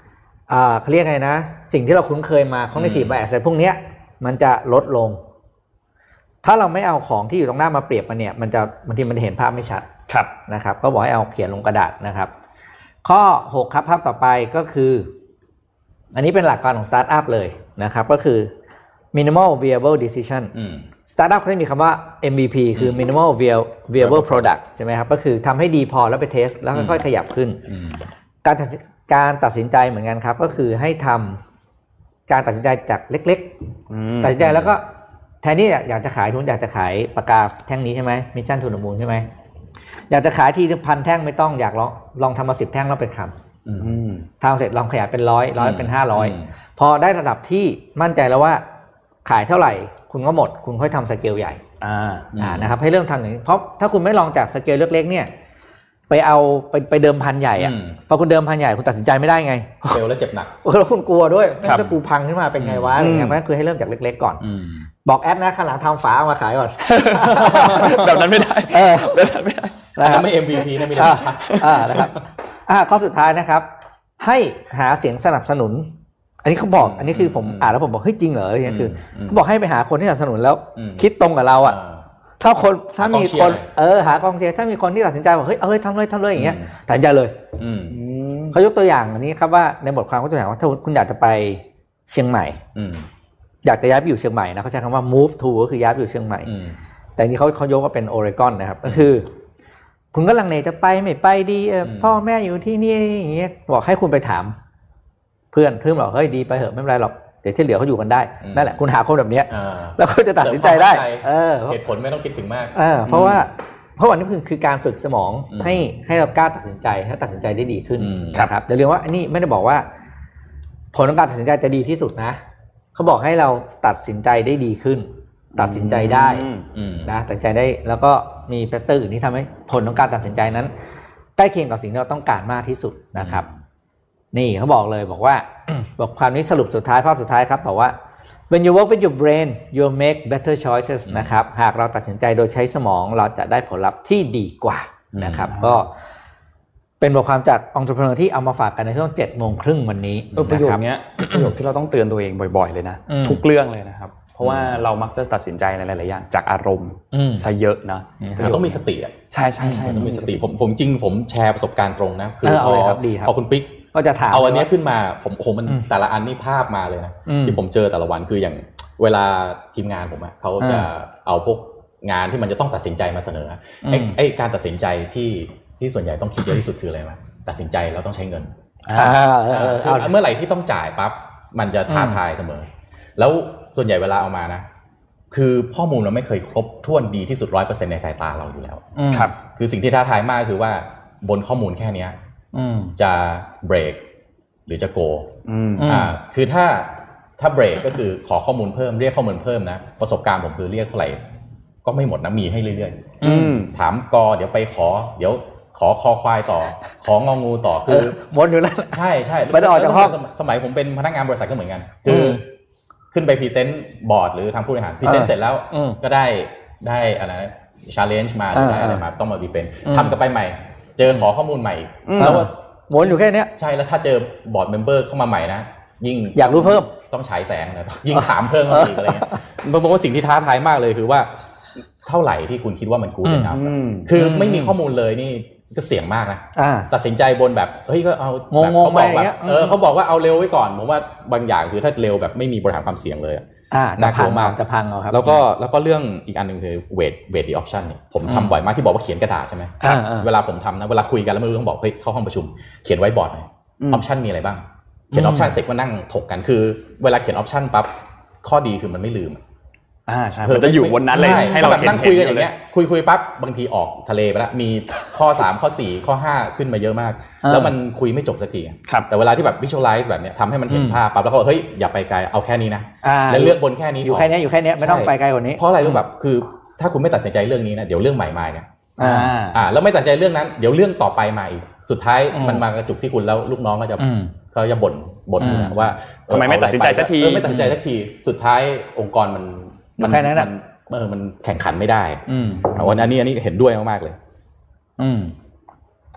อ่าเขาเรียกไงนะสิ่งที่เราคุ้นเคยมา cognitive bias อะไรพวกเนี้ยมันจะลดลงถ้าเราไม่เอาของที่อยู่ตรงหน้ามาเปรียบมันเนี่ยมันจะบางทีมันเห็นภาพไม่ชัดครับนะครับก็บอกให้เอาเขียนลงกระดาษนะครับข้อหกครับภาพต่อไปก็คืออันนี้เป็นหลักการของสตาร์ทอัพเลยนะครับก็คือ minimal viable decision สตาร์ทอัพเขาจะมีคำว่า เอ็ม วี พี คือ minimal viable product ใช่ไหมครับก็คือทำให้ดีพอแล้วไปเทสแล้วค่อยๆขยับขึ้นการการตัดสินใจเหมือนกันครับก็คือให้ทำการตัดสินใจจากเล็กๆตัดสินใจแล้วก็แทนที่อยากจะขายทุนอยากจะขายปากกาแท่งนี้ใช่ไหมมิชชั่นทูเดอะมูนใช่ไหมอยากจะขายทีพันแท่งไม่ต้องอยากลองลองทำมาสิบแท่งแล้วเป็นคำทำเสร็จลองขยายเป็นร้อยร้อยเป็นห้าร้อยพอได้ระดับที่มั่นใจแล้วว่าขายเท่าไหร่คุณก็หมดคุณค่อยทำสเกลใหญ่อ่าอ่านะครับให้เริ่มทำอย่างนี้เพราะถ้าคุณไม่ลองจากสเกลเล็กๆเนี่ยไปเอาไปไปเดิมพันใหญ่อ่ะพอคุณเดิมพันใหญ่คุณตัดสินใจไม่ได้ไงเฟลแล้วเจ็บหนักแล้วคุณกลัวด้วยถ้ากูพังขึ้นมาเป็นไงวะอะไรเงี้ยเพราะฉะนั้นคือให้เริ่มจากเล็กๆก่อนบอกแอดนะข้างหลังทำฝาเอามาขายก่อนแบบนั้นไม่ได้เออแบบนั้นไม่ได้อันนั้นไม่ เอ็ม วี พี นะไม่ได้อ่านะครับอ่าข้อสุดท้ายนะครับให้หาเสียงสนับสนุนอันนี้เขาบอกอันนี้คือผมอ่านแล้วผมบอกเฮ้ยจริงเหรออะไรเงี้ยคือเขาบอกให้ไปหาคนที่สนับสนุนแล้วคิดตรงกับเราอ่ะถ้าคนถ้ามีคนเออหากองเชียร์ถ้ามีคนที่ตัดสินใจบอกเฮ้ยเอาเลยทำเลยทำเลยอย่างเงี้ยตัดสินใจเลยเขายกตัวอย่างอันนี้ครับว่าในบทความเขาตัวอย่างว่าถ้าคุณอยากจะไปเชียงใหม่อยากจะย้ายไปอยู่เชียงใหม่นะเขาใช้คำว่า move to ก็คือย้ายไปอยู่เชียงใหม่แต่นี้เขาเขายกว่าเป็นโอเรกอนนะครับก็คือคุณก็ลังเลจะไปไม่ไปดีพ่อแม่อยู่ที่นี่อย่างเงี้ยบอกให้คุณไปถามเพื่อนเพื่อนบอกเฮ้ยดีไปเหอะไม่เป็นไรหรอกเดี๋ยวที่เหลือเขาอยู่กันได้นั่นแหละคุณหาคนแบบนี้แล้วก็จะตัดสินใจได้เหตุผลไม่ต้องคิดถึงมากเพราะว่าเพราะวันนี้คือการฝึกสมองให้ให้เรากล้าตัดสินใจให้ตัดสินใจได้ดีขึ้นนะครับอย่าลืมว่าอันนี้ไม่ได้บอกว่าผลของการตัดสินใจจะดีที่สุดนะเขาบอกให้เราตัดสินใจได้ดีขึ้นตัดสินใจได้นะตัดสินใจได้แล้วก็มีแฟกเตอร์อื่นที่ทำให้ผลของการตัดสินใจนั้นใกล้เคียงกับสิ่งที่เราต้องการมากที่สุดนะครับนี่เขาบอกเลยบอกว่า บอกความนี้สรุปสุดท้ายภาพสุดท้ายครับบอกว่า when you work with your brain you make better choices นะครับหากเราตัดสินใจโดยใช้สมองเราจะได้ผลลัพธ์ที่ดีกว่านะครับก็เป็นบทความจาก Entrepreneur ที่เอามาฝากกันในช่วง เจ็ดโมงครึ่ง วันนี้ประโยคนี้ประโยคที่เราต้องเตือนตัวเองบ่อยๆเลยนะทุกเรื่องเลยนะครับเพราะว่าเรามักจะตัดสินใจในหลายๆอย่างจากอารมณ์ซะเยอะนะเราต้องมีสติอ่ะใช่ใช่ใช่ต้องมีสติผมผมจริงผมแชร์ประสบการณ์ตรงนะคือพอพอคุณปิ๊กก็จะถามเอาอันนี้ขึ้นมาผมผมมันแต่ละอันนี่ภาพมาเลยนะที่ผมเจอแต่ละวันคืออย่างเวลาทีมงานผมอ่ะเขาจะเอาพวกงานที่มันจะต้องตัดสินใจมาเสนอไอ้ไอ้การตัดสินใจที่ที่ส่วนใหญ่ต้องคิดเยอะที่สุดคืออะไรวะตัดสินใจเราต้องใช้เงินเมื่อไหร่ที่ต้องจ่ายปั๊บมันจะท้าทายเสมอแล้วส่วนใหญ่เวลาเอามานะคือข้อมูลเราไม่เคยครบถ้วนดีที่สุด ร้อยเปอร์เซ็นต์ ในสายตาเราอยู่แล้วครับคือสิ่งที่ท้าทายมากคือว่าบนข้อมูลแค่นี้จะเบรกหรือจะโกอ่าคือถ้าถ้าเบรกก็คือขอข้อมูลเพิ่มเรียกข้อมูลเพิ่มนะประสบการณ์ผมคือเรียกเท่าไหร่ก็ไม่หมดนะมีให้เรื่อยๆถามกอเดี๋ยวไปขอเดี๋ยวขอคอควายต่อขององูต่อคือหมดอยู่แล้วใช่ใช่ไม่ได้ออกจากห้องสมัยผมเป็นพนักงานบริษัทก็เหมือนกันคือขึ้นไปพรีเซนต์บอร์ดหรือทางผู้บริหารพรีเซนต์เสร็จแล้วก็ได้ได้อะไรนะ challenge มาหรือได้อะไรมาต้องมาพรีเซนต์ทำกันไปใหม่เจอขอข้อมูลใหม่แล้ววนอยู่แค่นี้ใช่แล้วถ้าเจอบอร์ดเมมเบอร์เข้ามาใหม่นะยิ่งอยากรู้เพิ่มต้องฉายแสงนะยิ่งถามเพิ่มอีกอะไรเงี้ยผมบอกว่าสิ่งที่ท้าทายมากเลยคือว่าเท่าไหร่ที่คุณคิดว่ามันกูจะนับคือไม่มีข้อมูลเลยนี่ก็เสี่ยงมากนะตัดสินใจบนแบบเฮ้ยก็เอาแบบเขาบอกแบบเออเขาบอกว่าเอาเร็วไว้ก่อนผมว่าบางอย่างคือถ้าเร็วแบบไม่มีบริหารความเสี่ยงเลยน่ากลัวมากจะพังเอาครับแล้วก็แล้วก็เรื่องอีกอันนึงคือ weight weight the option เนี่ยผมทำบ่อยมากที่บอกว่าเขียนกระดาษใช่ไหมเวลาผมทำนะเวลาคุยกันแล้วไม่รู้ต้องบอกเฮ้ยเข้าห้องประชุมเขียนไว้บอร์ดหน่อย option มีอะไรบ้างเขียน option เสร็จมานั่งถกกันคือเวลาเขียน option ปั๊บข้อดีคือมันไม่ลืมอ่าใช่มันจะอยู่บนนั้นเลยให้เรานั่งคุยกันอย่างเงี้ยคุยๆปั๊บบางทีออกทะเลไปแล้วมีข้อสามข้อสี่ข้อห้าขึ้นมาเยอะมากแล้วมันคุยไม่จบสักทีแต่เวลาที่แบบ visualize แบบเนี้ยทำให้มันเห็นภาพปั๊บแล้วก็เฮ้ยอย่าไปไกลเอาแค่นี้นะแล้วเลือกบนแค่นี้อยู่แค่นี้อยู่แค่นี้ไม่ต้องไปไกลกว่านี้เพราะอะไรรู้แบบคือถ้าคุณไม่ตัดสินใจเรื่องนี้นะเดี๋ยวเรื่องใหม่มาเนี่ยอ่าอ่าแล้วไม่ตัดสินใจเรื่องนั้นเดี๋ยวเรื่องต่อไปมาอีกสุดท้ายมันมากระจุกที่คุณแล้วลูกน้องก็จะเขาจะบ่นบ่นนะว่าทำไมไม่ตัดสินใจสักทีไม่ตัดสินใจสักทีสุดท้ายองค์กรมันมันแค่นั้นเออมันแข่งขันไม่ได้วันอันนี้อันนี้เห็นด้วยมากๆเลยอืม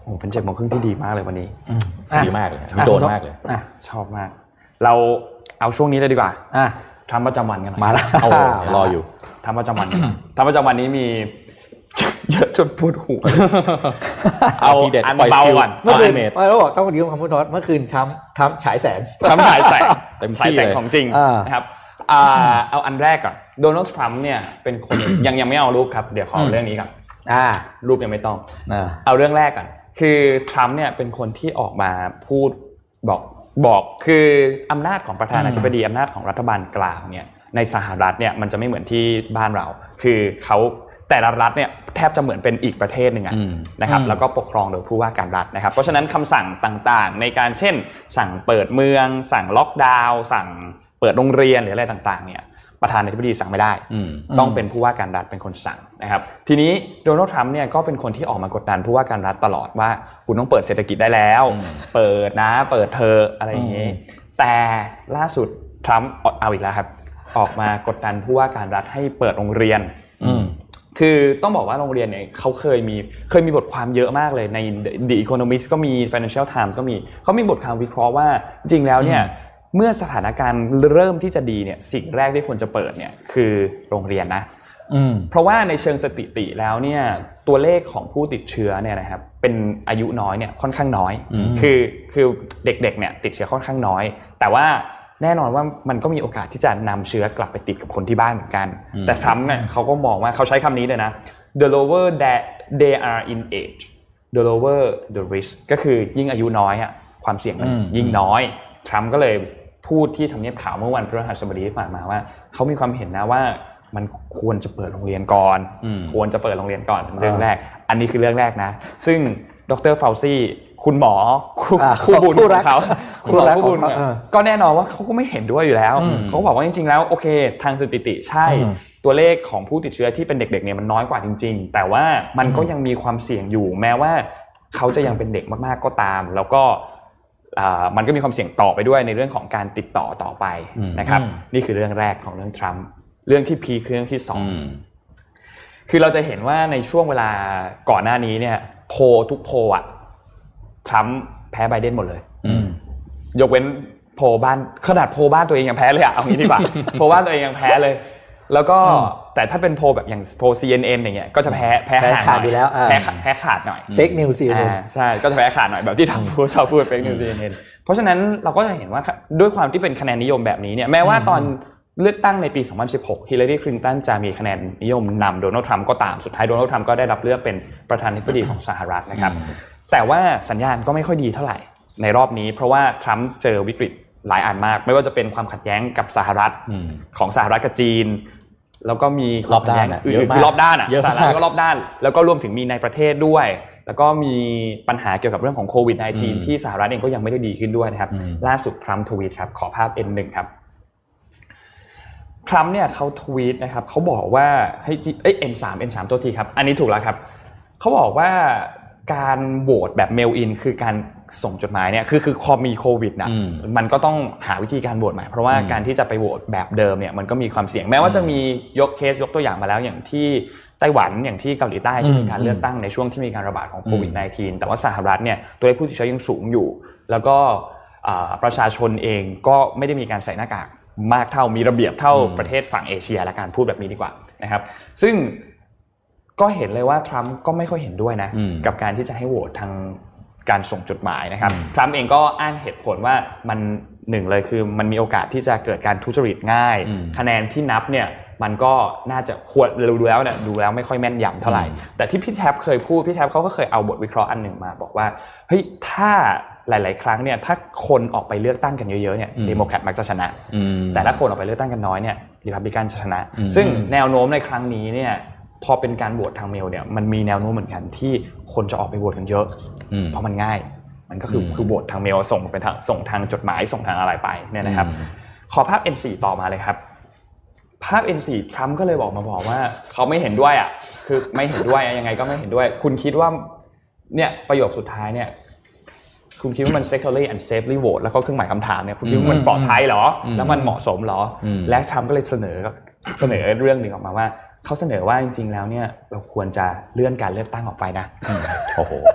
อ้เป็นเจ็ดโมงครึ่งที่ดีมากเลยวันนี้ดีมากเลยโดนมากเลยชอบมากเราเอาช่วงนี้เลยดีกว่าทำประจำวันกันมาแล้วเอารออยู่ทำประจำวันทำประจำวันนี้มีเยอะจนพูดหัวเอาอันเบาก่อนเมื่อคืนไม่รู้ว่าต้องยืมคำพูดทอดเมื่อคืนช้ำช้ำฉายแสงช้ำฉายแสงเต็มที่เลยของจริงนะครับเอาอันแรกก่อนโดนัลด์ทรัมป์เนี่ยเป็นคนยังยังไม่เอารูปครับเดี๋ยวขอเรื่องนี้ก่อนรูปยังไม่ต้องเอาเรื่องแรกก่อนคือทรัมป์เนี่ยเป็นคนที่ออกมาพูดบอกบอกคืออำนาจของประธานาธิบดีอำนาจของรัฐบาลกลางเนี่ยในสหรัฐเนี่ยมันจะไม่เหมือนที่บ้านเราคือเขาแต่ละรัฐเนี่ยแทบจะเหมือนเป็นอีกประเทศหนึ่งอะนะครับแล้วก็ปกครองโดยผู้ว่าการรัฐนะครับเพราะฉะนั้นคำสั่งต่างๆในการเช่นสั่งเปิดเมืองสั่งล็อกดาวน์สั่งเปิดโรงเรียนหรืออะไรต่างๆเนี่ยประธานาธิบดีสั่งไม่ได้ต้องเป็นผู้ว่าการรัฐเป็นคนสั่งนะครับทีนี้โดนัลด์ทรัมป์เนี่ยก็เป็นคนที่ออกมากดดันผู้ว่าการรัฐตลอดว่าคุณต้องเปิดเศรษฐกิจได้แล้วเปิดนะเปิดเธออะไรอย่างนี้แต่ล่าสุดทรัมป์เอาอีกแล้วครับออกมากดดันผู้ว่าการรัฐให้เปิดโรงเรียนคือต้องบอกว่าโรงเรียนเนี่ยเขาเคยมีเคยมีบทความเยอะมากเลยใน The Economist ก็มี Financial Times ก็มีเขามีบทความวิเคราะห์ว่าจริงแล้วเนี่ยเมื่อสถานการณ์เริ่มที่จะดีเนี่ยสิ่งแรกที่ควรจะเปิดเนี่ยคือโรงเรียนนะเพราะว่าในเชิงสถิติแล้วเนี่ยตัวเลขของผู้ติดเชื้อเนี่ยนะครับเป็นอายุน้อยเนี่ยค่อนข้างน้อยคือคือเด็กๆเนี่ยติดเชื้อค่อนข้างน้อยแต่ว่าแน่นอนว่ามันก็มีโอกาสที่จะนำเชื้อกลับไปติดกับคนที่บ้านเหมือนกันแต่ทรัมป์เนี่ยเขาก็มองว่าเขาใช้คำนี้เลยนะ the lower that they are in age the lower the risk ก็คือยิ่งอายุน้อยอ่ะความเสี่ยงมันยิ่งน้อยทรัมป์ก็เลยพูดที่ทำเนียบขาวเมื่อวันพฤหัสบดีที่ผ่านมาว่าเขามีความเห็นนะว่ามันควรจะเปิดโรงเรียนก่อนควรจะเปิดโรงเรียนก่อนเรื่องแรกอันนี้คือเรื่องแรกนะซึ่งดร.ฟาวซี่คุณหมอคู่บุญของเขาคุณหมอคู่บุญก็แน่นอนว่าเขาก็ไม่เห็นด้วยอยู่แล้วเขาบอกว่าจริงๆแล้วโอเคทางสถิติใช่ตัวเลขของผู้ติดเชื้อที่เป็นเด็กๆเนี่ยมันน้อยกว่าจริงๆแต่ว่ามันก็ยังมีความเสี่ยงอยู่แม้ว่าเขาจะยังเป็นเด็กมากๆก็ตามแล้วก็มันก็มีความเสี่ยงต่อไปด้วยในเรื่องของการติดต่อต่อไปนะครับนี่คือเรื่องแรกของเรื่องทรัมป์เรื่องที่พีคคือเรื่องที่สองคือเราจะเห็นว่าในช่วงเวลาก่อนหน้านี้เนี่ยโพลทุกโพลอะทรัมป์แพ้ไบเดนหมดเลยยกเว้นโพลบ้านขนาดโพลบ้านตัวเองยังแพ้เลยอะเอางี้ดีกว่าโพลบ้านตัวเองยังแพ้เลยแล้วก็แต่ถ้าเป็นโพลแบบอย่างโพล ซี เอ็น เอ็น อย่างเงี้ยก็จะแพ้แพ้ขาดอยู่แล้วแพ้แพ้ขาดหน่อยเฟคนิวส์ ซี เอ็น เอ็นใช่ก็จะแพ้ขาดหน่อยแบบที่ทำพูดชอบพูดเฟคนิวส์ ซี เอ็น เอ็น เพราะฉะนั้นเราก็จะเห็นว่าด้วยความที่เป็นคะแนนนิยมแบบนี้เนี่ยแม้ว่าตอนเลือกตั้งในปีสองพันสิบหกฮิลลารีคลินตันจะมีคะแนนนิยมนำโดนัลด์ทรัมป์ก็ตามสุดท้ายโดนัลด์ทรัมป์ก็ได้รับเลือกเป็นประธานาธิบดีของสหรัฐนะครับแต่ว่าสัญญาณก็ไม่ค่อยดีเท่าไหร่ในรอบนี้เพราะว่าทรัมป์เจอวิกฤตหลายอันมากไม่ว่าจะเป็นความขัดแย้งกับสหรัฐของสหรัฐกับจีนแล้วก็มีรอบด้านอื่นๆคือรอบด้านอ่ะสหรัฐก็รอบด้านแล้วก็รวมถึงมีในประเทศด้วยแล้วก็มีปัญหาเกี่ยวกับเรื่องของโควิด สิบเก้า ที่สหรัฐเองก็ยังไม่ได้ดีขึ้นด้วยนะครับล่าสุดทรัมป์ทวีตครับขอภาพ เอ็น หนึ่ง ครับทรัมป์เนี่ยเขาทวีตนะครับเขาบอกว่าให้เอ้ย เอ็น สาม เอ็น สาม ตัวทีครับอันนี้ถูกแล้วครับเขาบอกว่าการโหวตแบบเมลอินคือการส่งจดหมายเนี่ยคือคือพอมีโควิดนะมันก็ต้องหาวิธีการโหวตใหม่เพราะว่าการที่จะไปโหวตแบบเดิมเนี่ยมันก็มีความเสี่ยงแม้ว่าจะมียกเคสยกตัวอย่างมาแล้วอย่างที่ไต้หวันอย่างที่เกาหลีใต้ที่มีการเลือกตั้งในช่วงที่มีการระบาดของโควิด สิบเก้า แต่ว่าสหรัฐเนี่ยตัวเลขผู้ติดเชื้อยังสูงอยู่แล้วก็ประชาชนเองก็ไม่ได้มีการใส่หน้ากากมากเท่ามีระเบียบเท่าประเทศฝั่งเอเชียและการพูดแบบนี้ดีกว่านะครับซึ่งก็เห็นเลยว่าทรัมป์ก็ไม่ค่อยเห็นด้วยนะกับการที่จะให้โหวตทางการส่งจดหมายนะครับทรัมป์เองก็อ้างเหตุผลว่ามันหนึ่งเลยคือมันมีโอกาสที่จะเกิดการทุจริตง่ายคะแนนที่นับเนี่ยมันก็น่าจะควรดูแล้วเนี่ยดูแล้วไม่ค่อยแม่นยำเท่าไหร่แต่ที่พี่แท็บเคยพูดพี่แท็บเขาก็เคยเอาบทวิเคราะห์อันหนึ่งมาบอกว่าเฮ้ยถ้าหลายๆครั้งเนี่ยถ้าคนออกไปเลือกตั้งกันเยอะๆเนี่ยเดโมแครตมักจะชนะแต่ถ้าคนออกไปเลือกตั้งกันน้อยเนี่ยรีพับลิกันจะชนะซึ่งแนวโน้มในครั้งนี้เนี่ยพอเป็นการโหวตทางเมลเนี่ยมันมีแนวโน้มเหมือนกันที่คนจะออกไปโหวตกันเยอะเพราะมันง่ายมันก็คือคือโหวตทางเมลส่งไปทางส่งทางจดหมายส่งทางอะไรไปเนี่ยนะครับขอภาพ เอ็น โฟร์ ต่อมาเลยครับภาพ เอ็น โฟร์ ทรัมป์ก็เลยบอกมาบอกว่าเขาไม่เห็นด้วยอ่ะคือไม่เห็นด้วยยังไงก็ไม่เห็นด้วยคุณคิดว่าเนี่ยประโยคสุดท้ายเนี่ยคุณคิดว่ามัน securely and safely vote แล้วก็เครื่องหมายคำถามเนี่ยคุณคิดว่ามันปลอดภัยเหรอแล้วมันเหมาะสมเหรอและทรัมป์ก็เลยเสนอเสนอเรื่องนึงออกมาว่าเขาเสนอว่าจริงๆแล้วเนี่ยเราควรจะเลื่อนการเลือกตั้งออกไปนะโอ้โห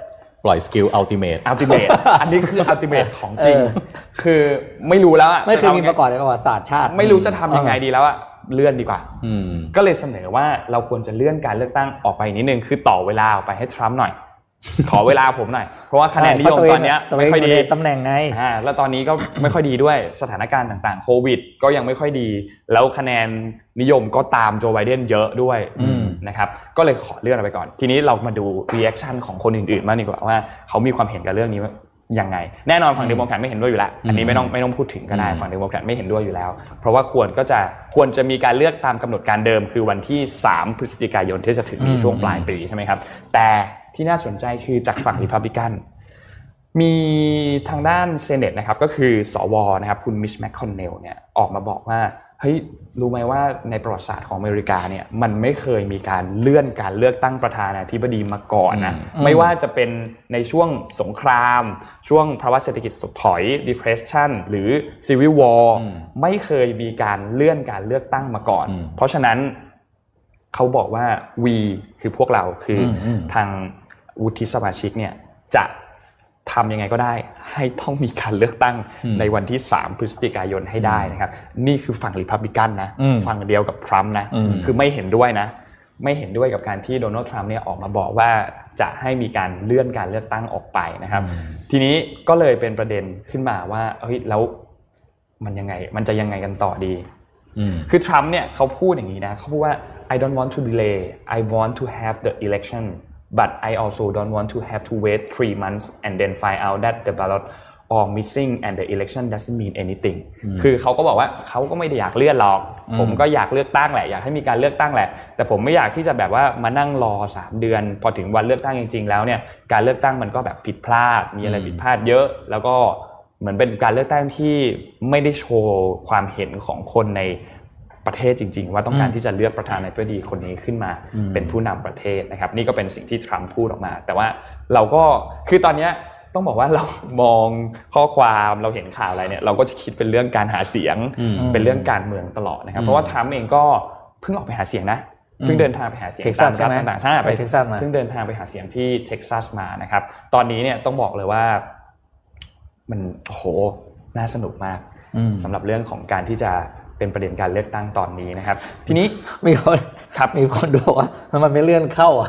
ปล่อยสกิลอัลติเมทอัลติเมทอันนี้คืออัลติเมทของจริงคือไม่รู้แล้วอ่ะไม่เคยมีมาก่อนในประวัติศาสตร์ชาติไม่รู้จะทำยังไงดีแล้วอ่ะเลื่อนดีกว่าก็เลยเสนอว่าเราควรจะเลื่อนการเลือกตั้งออกไปนิดนึงคือต่อเวลาออกไปให้ทรัมป์หน่อยขอเวลาผมหน่อยเพราะว่าคะแนนนิยมตอนนี้ไม่ค่อยดีตำแหน่งไงอ่าแล้วตอนนี้ก็ไม่ค่อยดีด้วยสถานการณ์ต่างๆโควิดก็ยังไม่ค่อยดีแล้วคะแนนนิยมก็ตามโจไบเดนเยอะด้วยนะครับก็เลยขอเลื่อนไปก่อนทีนี้เรามาดูรีแอคชั่นของคนอื่นๆมากดีกว่าว่าเขามีความเห็นกับเรื่องนี้ยังไงแน่นอนฝั่งเดโมแครตไม่เห็นด้วยอยู่แล้วอันนี้ไม่ต้องไม่ต้องพูดถึงก็ได้ฝั่งเดโมแครตไม่เห็นด้วยอยู่แล้วเพราะว่าควรก็จะควรจะมีการเลือกตามกำหนดการเดิมคือวันที่สามพฤศจิกายนที่จะถึงในช่วงปลายปีใช่ไหมครับแต่ที่น่าสนใจคือจากฝั่งริพับลิกันมีทางด้านเซเนตนะครับก็คือสวนะครับคุณมิชแมคคอนเนลเนี่ยออกมาบอกว่าเฮ้ยรู้ไหมว่าในประวัติศาสตร์ของอเมริกาเนี่ยมันไม่เคยมีการเลื่อนการเลือกตั้งประธานาธิบดีมาก่อนนะไม่ว่าจะเป็นในช่วงสงครามช่วงภาวะเศรษฐกิจถดถอย depression หรือ civil war ไม่เคยมีการเลื่อนการเลือกตั้งมาก่อนเพราะฉะนั้นเขาบอกว่า we คือพวกเราคือทางวุฒิสมาชิกเนี่ยจะทำยังไงก็ได้ให้ต้องมีการเลือกตั้งในวันที่สามพฤศจิกายนให้ได้นะครับนี่คือฝั่งริพับลิกันนะฝั่งเดียวกับทรัมป์นะคือไม่เห็นด้วยนะไม่เห็นด้วยกับการที่โดนัลด์ทรัมป์เนี่ยออกมาบอกว่าจะให้มีการเลื่อนการเลือกตั้งออกไปนะครับทีนี้ก็เลยเป็นประเด็นขึ้นมาว่าเฮ้ยแล้วมันยังไงมันจะยังไงกันต่อดีคือทรัมป์เนี่ยเขาพูดอย่างนี้นะเขาพูดว่า I don't want to delay I want to have the election but I also don't want to have to wait three months and then find out that the ballot are missing and the election doesn't mean anything คือเขาก็บอกว่าเขาก็ไม่ได้อยากเลื่อนหรอกผมก็อยากเลือกตั้งแหละอยากให้มีการเลือกตั้งแหละแต่ผมไม่อยากที่จะแบบว่ามานั่งรอสามเดือนพอถึงวันเลือกตั้งจริงๆแล้วเนี่ยการเลือกตั้งมันก็แบบผิดพลาดมีอะไรผิดพลาดเยอะแล้วก็เหมือนเป็นการเลือกตั้งที่ไม่ได้โชว์ความเห็นของคนในประเทศจริงๆว่าต้องการที่จะเลือกประธานาธิบดีคนนี้ขึ้นมาเป็นผู้นำประเทศนะครับนี่ก็เป็นสิ่งที่ทรัมป์พูดออกมาแต่ว่าเราก็คือตอนนี้ต้องบอกว่าเรามองข้อความเราเห็นข่าวอะไรเนี่ยเราก็จะคิดเป็นเรื่องการหาเสียงเป็นเรื่องการเมืองตลอดนะครับเพราะว่าทรัมป์เองก็เพิ่งออกไปหาเสียงนะเพิ่งเดินทางไปหาเสียงตามรัฐต่างๆใช่ไปเท็กซัสมาเพิ่งเดินทางไปหาเสียงที่เท็กซัสมานะครับตอนนี้เนี่ยต้องบอกเลยว่ามันโหน่าสนุกมากสำหรับเรื่องของการที่จะเป็นประเด็นการเลือกตั้งตอนนี้นะครับทีนี้มีคนครับมีคนบอกว่ามันไม่เลื่อนเข้าอ่ะ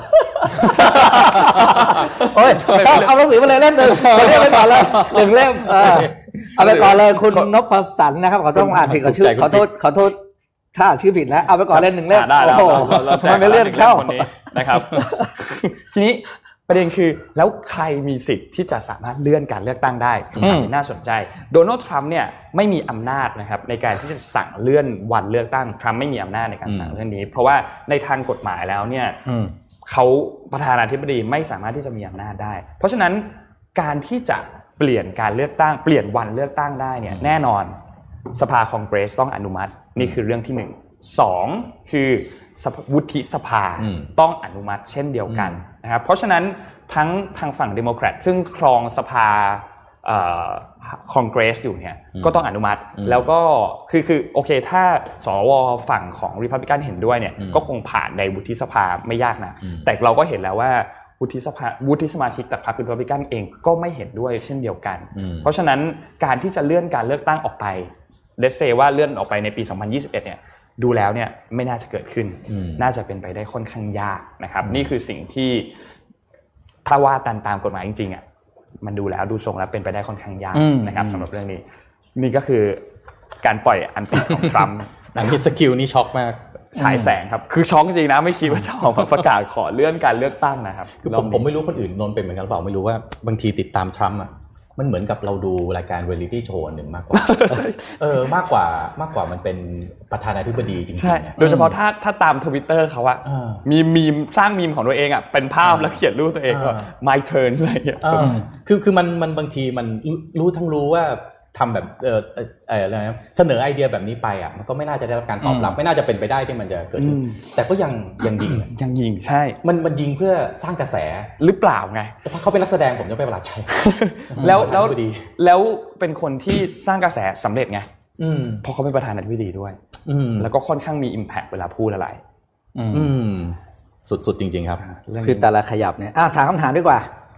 โอ้ยเอาหนังสือมาเลยเล่มนึงเอาเล่มไปก่อนเลยหนึ่งเล่มเอาไปก่อนเลยคุณนพสันนะครับขอต้องอ่านผิดขอชื่อขอโทษขอโทษถ้าอ่านชื่อผิดนะเอาไปก่อนเล่มหนึ่งเล่มโอ้โหมันไม่เลื่อนเข้านะครับทีนี้ประเด็นคือแล้วใครมีสิทธิ์ที่จะสามารถเลื่อนการเลือกตั้งได้คำถามนี้น่าสนใจโดนัลด์ทรัมป์เนี่ยไม่มีอำนาจนะครับในการที่จะสั่งเลื่อนวันเลือกตั้งทรัมป์ไม่มีอำนาจในการสั่งเลื่อนนี้เพราะว่าในทางกฎหมายแล้วเนี่ยเขาประธานาธิบดีไม่สามารถที่จะมีอำนาจได้เพราะฉะนั้นการที่จะเปลี่ยนการเลือกตั้งเปลี่ยนวันเลือกตั้งได้เนี่ยแน่นอนสภาคองเกรสต้องอนุมัตินี่คือเรื่องที่หนึ่งสองคือวุฒิสภาต้องอนุมัติเช่นเดียวกันนะครับเพราะฉะนั้นทั้งทางฝั่งเดโมแครตซึ่งครองสภาคองเกรสอยู่เนี่ยก็ต้องอนุมัติแล้วก็คือคือโอเคถ้าสวฝั่งของริพับลิกันเห็นด้วยเนี่ยก็คงผ่านในวุฒิสภาไม่ยากนะแต่เราก็เห็นแล้วว่าวุฒิสภาวุฒิสมาชิกจากพรรคริพับลิกันเองก็ไม่เห็นด้วยเช่นเดียวกันเพราะฉะนั้นการที่จะเลื่อนการเลือกตั้งออกไปเลทเซว่าเลื่อนออกไปในปีสองพันยี่สิบเอ็ดเนี่ยดูแล้วเนี่ยไม่น่าจะเกิดขึ้นน่าจะเป็นไปได้ค่อนข้างยากนะครับนี่คือสิ่งที่ถ้าว่าตามตามกฎหมายจริงๆอ่ะมันดูแล้วดูทรงแล้วเป็นไปได้ค่อนข้างยากนะครับสำหรับเรื่องนี้นี่ก็คือการปล่อยอันติของทรัมป์อันนี้สกิลนี่ช็อกมากฉายแสงครับคือช็อกจริงๆนะไม่คิดว่าจะออกมาประกาศขอเลื่อนการเลือกตั้งนะครับคือผมผมไม่รู้คนอื่นนนเป็นเหมือนกันหรือเปล่าไม่รู้ว่าบางทีติดตามทรัมป์อ่ะมันเหมือนกับเราดูรายการเรียลลิตี้โชว์หนึ่งมากกว่าเออมากกว่ามากกว่ามันเป็นประธานาธิบดีจริงๆใช่โดยเฉพาะถ้าถ้าตาม Twitter เขาอะมีมีมสร้างมีมของตัวเองอะเป็นภาพแล้วเขียนรูปตัวเองว่า my turn อะไรอย่างเงี้ยคือคือมันมันบางทีมันรู้ทั้งรู้ว่าทำแบบเออเอออะไรนะเสนอไอเดียแบบนี้ไปอ่ะมันก็ไม่น่าจะได้รับการตอบรับไม่น่าจะเป็นไปได้ที่มันจะเกิดขึ้นแต่ก็ยังยังยิงยังยิงใช่มันมันยิงเพื่อสร้างกระแสหรือเปล่าไงถ้าเขาเป็นนักแสดงผมจะไม่ประหลาดใจแล้วแล้วแล้วเป็นคนที่สร้างกระแสสำเร็จไงเพราะเขาเป็นประธานาธิบดีด้วยแล้วก็ค่อนข้างมี impact เวลาพูดอะไรสุดๆจริงๆครับคือแต่ละขยับเนี่ยอ่ะถามคำถามดีกว่า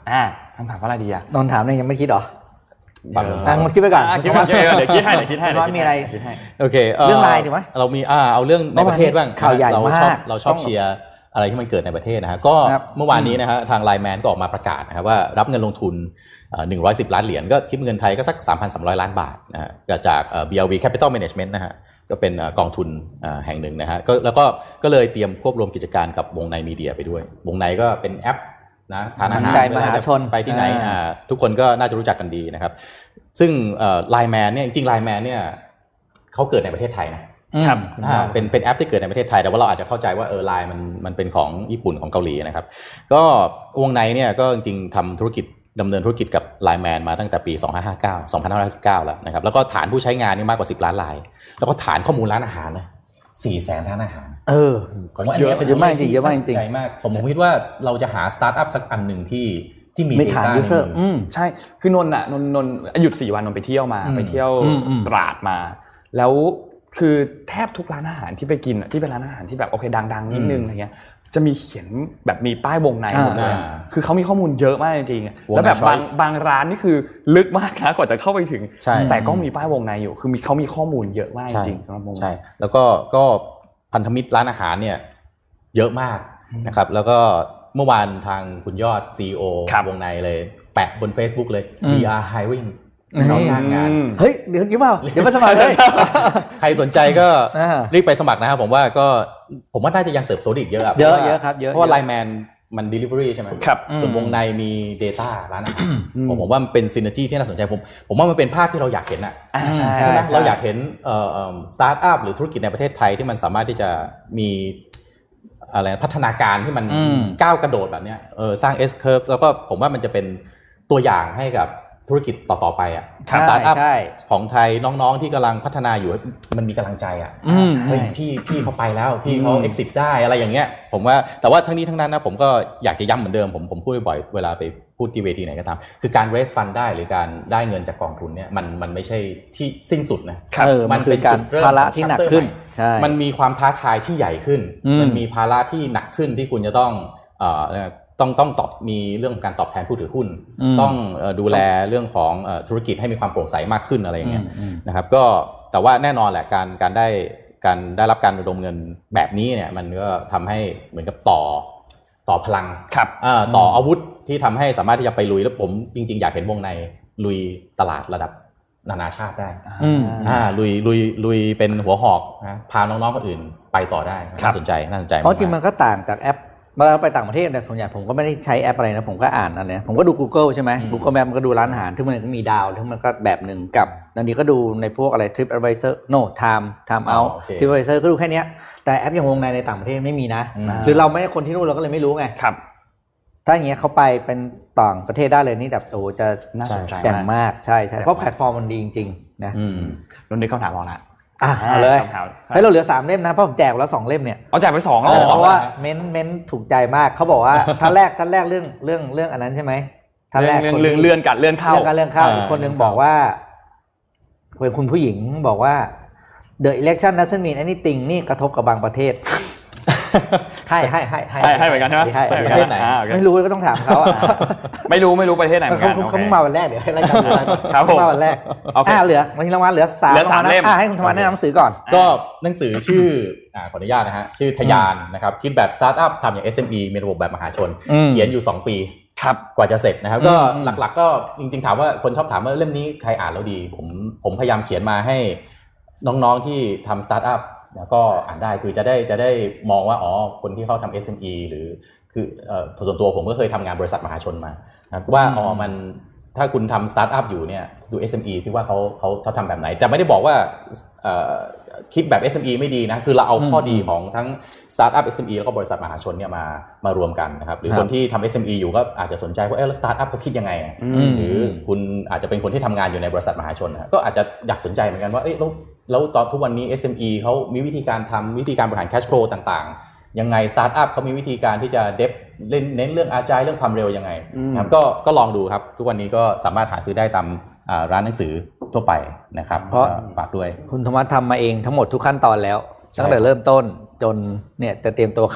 อ่าคำถามว่าอะไรดีอ่ะนนถามเนี่ยยังไม่คิดหรอบังอ่ะมันคิดไปก่อนคิดก่อนเดี๋ยวคิดให้เดี๋ยวคิดให้ว่ามีอะไรโอเคเรื่องไลน์ถูกไหมเรามีอ่าเอาเรื่องในประเทศบ้างข่าวใหญ่มากเราชอบเชียร์อะไรที่มันเกิดในประเทศนะฮะก็เมื่อวานนี้นะฮะทาง ไลน์ แมน ก็ออกมาประกาศนะครับว่ารับเงินลงทุนหนึ่งร้อยสิบล้านเหรียญก็คิดเป็นเงินไทยก็สัก สามพันสามร้อย ล้านบาทนะฮะจาก บี แอล วี Capital Management นะฮะก็เป็นกองทุนแห่งหนึ่งนะฮะก็แล้วก็ก็เลยเตรียมควบรวมกิจการกับวงในมีเดียไปด้วยวงในก็เป็นแอปนะทานอาหารมหาชนไปที่ไหนทุกคนก็น่าจะรู้จักกันดีนะครับซึ่ง ไลน์ แมน เนี่ยจริงๆ ไลน์ แมน เนี่ยเขาเกิดในประเทศไทยนะครับอ่าเป็นเป็นแอปที่เกิดในประเทศไทยแต่ว่าเราอาจจะเข้าใจว่าเออ ไลน์ มันมันเป็นของญี่ปุ่นของเกาหลีนะครับก็วงในเนี่ยก็จริงๆทำธุรกิจดำเนินธุรกิจกับ ไลน์ แมน มาตั้งแต่ปีสองพันห้าร้อยห้าสิบเก้า สองพันห้าร้อยห้าสิบเก้าแล้วนะครับแล้วก็ฐานผู้ใช้งานนี่มากกว่าสิบล้านรายแล้วก็ฐานข้อมูลร้านอาหารนะสี่แสนร้านอาหารเออผมว่าอันนี้เป็นเยอะมากจริงเยอะมากจริงใจมากผมคิดว่าเราจะหาสตาร์ทอัพสักอันนึงที่ที่มี data ยูเซอร์อืมใช่คือนนน่ะนนนนหยุดสี่วันนนไปเที่ยวมาไปเที่ยวตราดมาแล้วคือแทบทุกร้านอาหารที่ไปกินอ่ะที่เป็นร้านอาหารที่แบบโอเคดังๆนิดนึงอะไรเงี้ยจะมีเขียนแบบมีป้ายวงในหมดเลยคือเขามีข้อมูลเยอะมากจริงๆแล้วแบบบางบางร้านนี่คือลึกมากนะกว่าจะเข้าไปถึงแต่ก็มีป้ายวงในอยู่คือมีเขามีข้อมูลเยอะมากจริงๆสำหรับวงในใช่แล้วก็ก็พันธมิตรร้านอาหารเนี่ยเยอะมากนะครับแล้วก็เมื่อวานทางคุณยอด ซี อี โอ วงในเลยแปะบน Facebook เลย we are hiring เราจ้างงานเฮ้ยเดี๋ยวยิ้มเอาเดี๋ยวไปสมัครเลยใครสนใจก็รีบไปสมัครนะครับผมว่าก็ผมว่าน่าจะยังเติบโตอีกเยอะเยอะเยอะครับเยอะเพราะว่า ไลน์ แมน มัน delivery ใช่ไหมครับส่วนวงในมี data ร้านอาหารผมผมว่ามันเป็น synergy ที่น่าสนใจผมผมว่ามันเป็นภาพที่เราอยากเห็นอ่ะใช่ไหมเราอยากเห็นเอ่อ startup หรือธุรกิจในประเทศไทยที่มันสามารถที่จะมีอะไรพัฒนาการที่มันก้าวกระโดดแบบเนี้ยเออสร้าง S curve แล้วก็ผมว่ามันจะเป็นตัวอย่างให้กับธุรกิจต่อๆไปอ่ะสตาร์ทอัพของไทยน้องๆที่กำลังพัฒนาอยู่มันมีกำลังใจอ่ะเฮ้ยพี่พี่เขาไปแล้วพี่เขา exit ได้อะไรอย่างเงี้ยผมว่าแต่ว่าทั้งนี้ทั้งนั้นนะผมก็อยากจะย้ำเหมือนเดิมผมผมพูดบ่อยเวลาไปพูดที่เวทีไหนก็ตามคือการ raise fund ได้หรือการได้เงินจากกองทุนเนี่ยมันมันไม่ใช่ที่สิ้นสุดนะมันเป็นการภาระที่หนักขึ้นมันมีความท้าทายที่ใหญ่ขึ้นมันมีภาระที่หนักขึ้นที่คุณจะต้องเอ่อต้องต้องตอบมีเรื่องของการตอบแทนผู้ถือหุ้นต้องดูแลเรื่องของธุรกิจให้มีความโปร่งใสมากขึ้นอะไรอย่างเงี้ยนะครับก็แต่ว่าแน่นอนแหละการการได้การได้รับการระดมเงินแบบนี้เนี่ยมันก็ทำให้เหมือนกับต่อต่อพลังครับต่ออาวุธที่ทำให้สามารถที่จะไปลุยแล้วผมจริงๆอยากเห็นวงในลุยตลาดระดับนานาชาติได้อ่าลุยลุยลุยเป็นหัวหอกนะพาน้องๆคนอื่นไปต่อได้น่าสนใจน่าสนใจเพราะจริงมันก็ต่างจากแอปเวลาไปต่างประเทศเนี่ยผมอย่างผมก็ไม่ได้ใช้แอปอะไรนะผมก็อ่านอะไรผมก็ดู Google ใช่ไหม Google Map มันก็ดูร้านอาหารที่มันมีดาวที่มันก็แบบหนึ่งกับอันนี้ก็ดูในพวกอะไร TripAdvisor no time time out TripAdvisor ก็ดูแค่นี้แต่แอปอย่างวงในในต่างประเทศไม่มีนะหรือเราไม่ได้คนที่นู่นเราก็เลยไม่รู้ไงครับถ้าอย่างเงี้ยเขาไปเป็นต่างประเทศได้เลยนี่แบบโอ้จะน่าสนใจแจ่มมากใช่ใช่เพราะแพลตฟอร์มมันดีจริงๆนะรุ่นนี้เขาถามเราละอ่ะเอาเลยให้เราเหลือสามเล่มนะเพราะผมแจกแล้วสองเล่มเนี่ยเอาแจกไปสองแล้วเพราะว่าเม้นเม้นถูกใจมากเขาบอกว่าท่านแรกท่านแรกเรื่องเรื่องเรื่องอันนั้นใช่ไหมท่านแรกเรื่องเลื่อนกัดเลื่อนเข้าเรื่องการเลื่อนเข้าอีกคนนึงบอกว่าเป็นคุณผู้หญิงบอกว่า the election doesn't mean anything นี่กระทบกับบางประเทศให้ให้ให้ให้ให้เหมือนกันใช่ไหมประเทศไหนไม่รู้ก็ต้องถามเขาไม่รู้ไม่รู้ประเทศไหนเหมือนกันเขามาวันแรกเดี๋ยวให้รายการดูเขามาวันแรกอ่าเหลือวันนี้รางวัลเหลือสามเหลือสามเล่มให้คุณธรรมะแนะนำหนังสือก่อนก็หนังสือชื่ออ่าขออนุญาตนะฮะชื่อทะยานนะครับคิดแบบสตาร์ทอัพทำอย่าง เอส เอ็ม อี มีระบบแบบมหาชนเขียนอยู่สองปีครับกว่าจะเสร็จนะครับก็หลักๆก็จริงๆถามว่าคนชอบถามว่าเล่มนี้ใครอ่านแล้วดีผมผมพยายามเขียนมาให้น้องๆที่ทำสตาร์ทอัพแล้วก็อ่านได้คือจะได้จะได้มองว่าอ๋อคนที่เขาทำ เอส เอ็ม อี หรือคือเอ่อส่วนตัวผมก็เคยทำงานบริษัทมหาชนมานะว่าอ๋อมันถ้าคุณทำสตาร์ทอัพอยู่เนี่ยดู เอส เอ็ม อี ที่ว่าเขาเขาเขาทำแบบไหนแต่ไม่ได้บอกว่าเอ่อคิดแบบ เอส เอ็ม อี ไม่ดีนะคือเราเอาข้อดีของทั้งสตาร์ทอัพ เอส เอ็ม อี แล้วก็บริษัทมหาชนเนี่ยมามารวมกันนะครับหรือคนที่ทำ เอส เอ็ม อี อยู่ก็อาจจะสนใจว่าเออแล้วสตาร์ทอัพเขาคิดยังไงหรือคุณอาจจะเป็นคนที่ทำงานอยู่ในบริษัทมหาชนนะก็อาจจะอยากสนใจเหมือนกันว่าเอ้แล้วแล้วตอนทุกวันนี้ เอส เอ็ม อี เขามีวิธีการทำวิธีการบริหาร cash flow ต่างๆยังไงสตาร์ทอัพเขามีวิธีการที่จะเดฟเล่นเน้นเรื่องอาจายเรื่องความเร็วยังไงนะครับก็ก็ลองดูครับทุกวันนี้ก็สามารถหาซื้อได้ตามร้านหนังสือทั่วไปนะครับเพราะฝากด้วยคุณธรรมะทำมาเองทั้งหมดทุกขั้นตอนแล้วตั้งแต่เริ่มต้นจนเนี่ยจะเตรียมตัวเข้า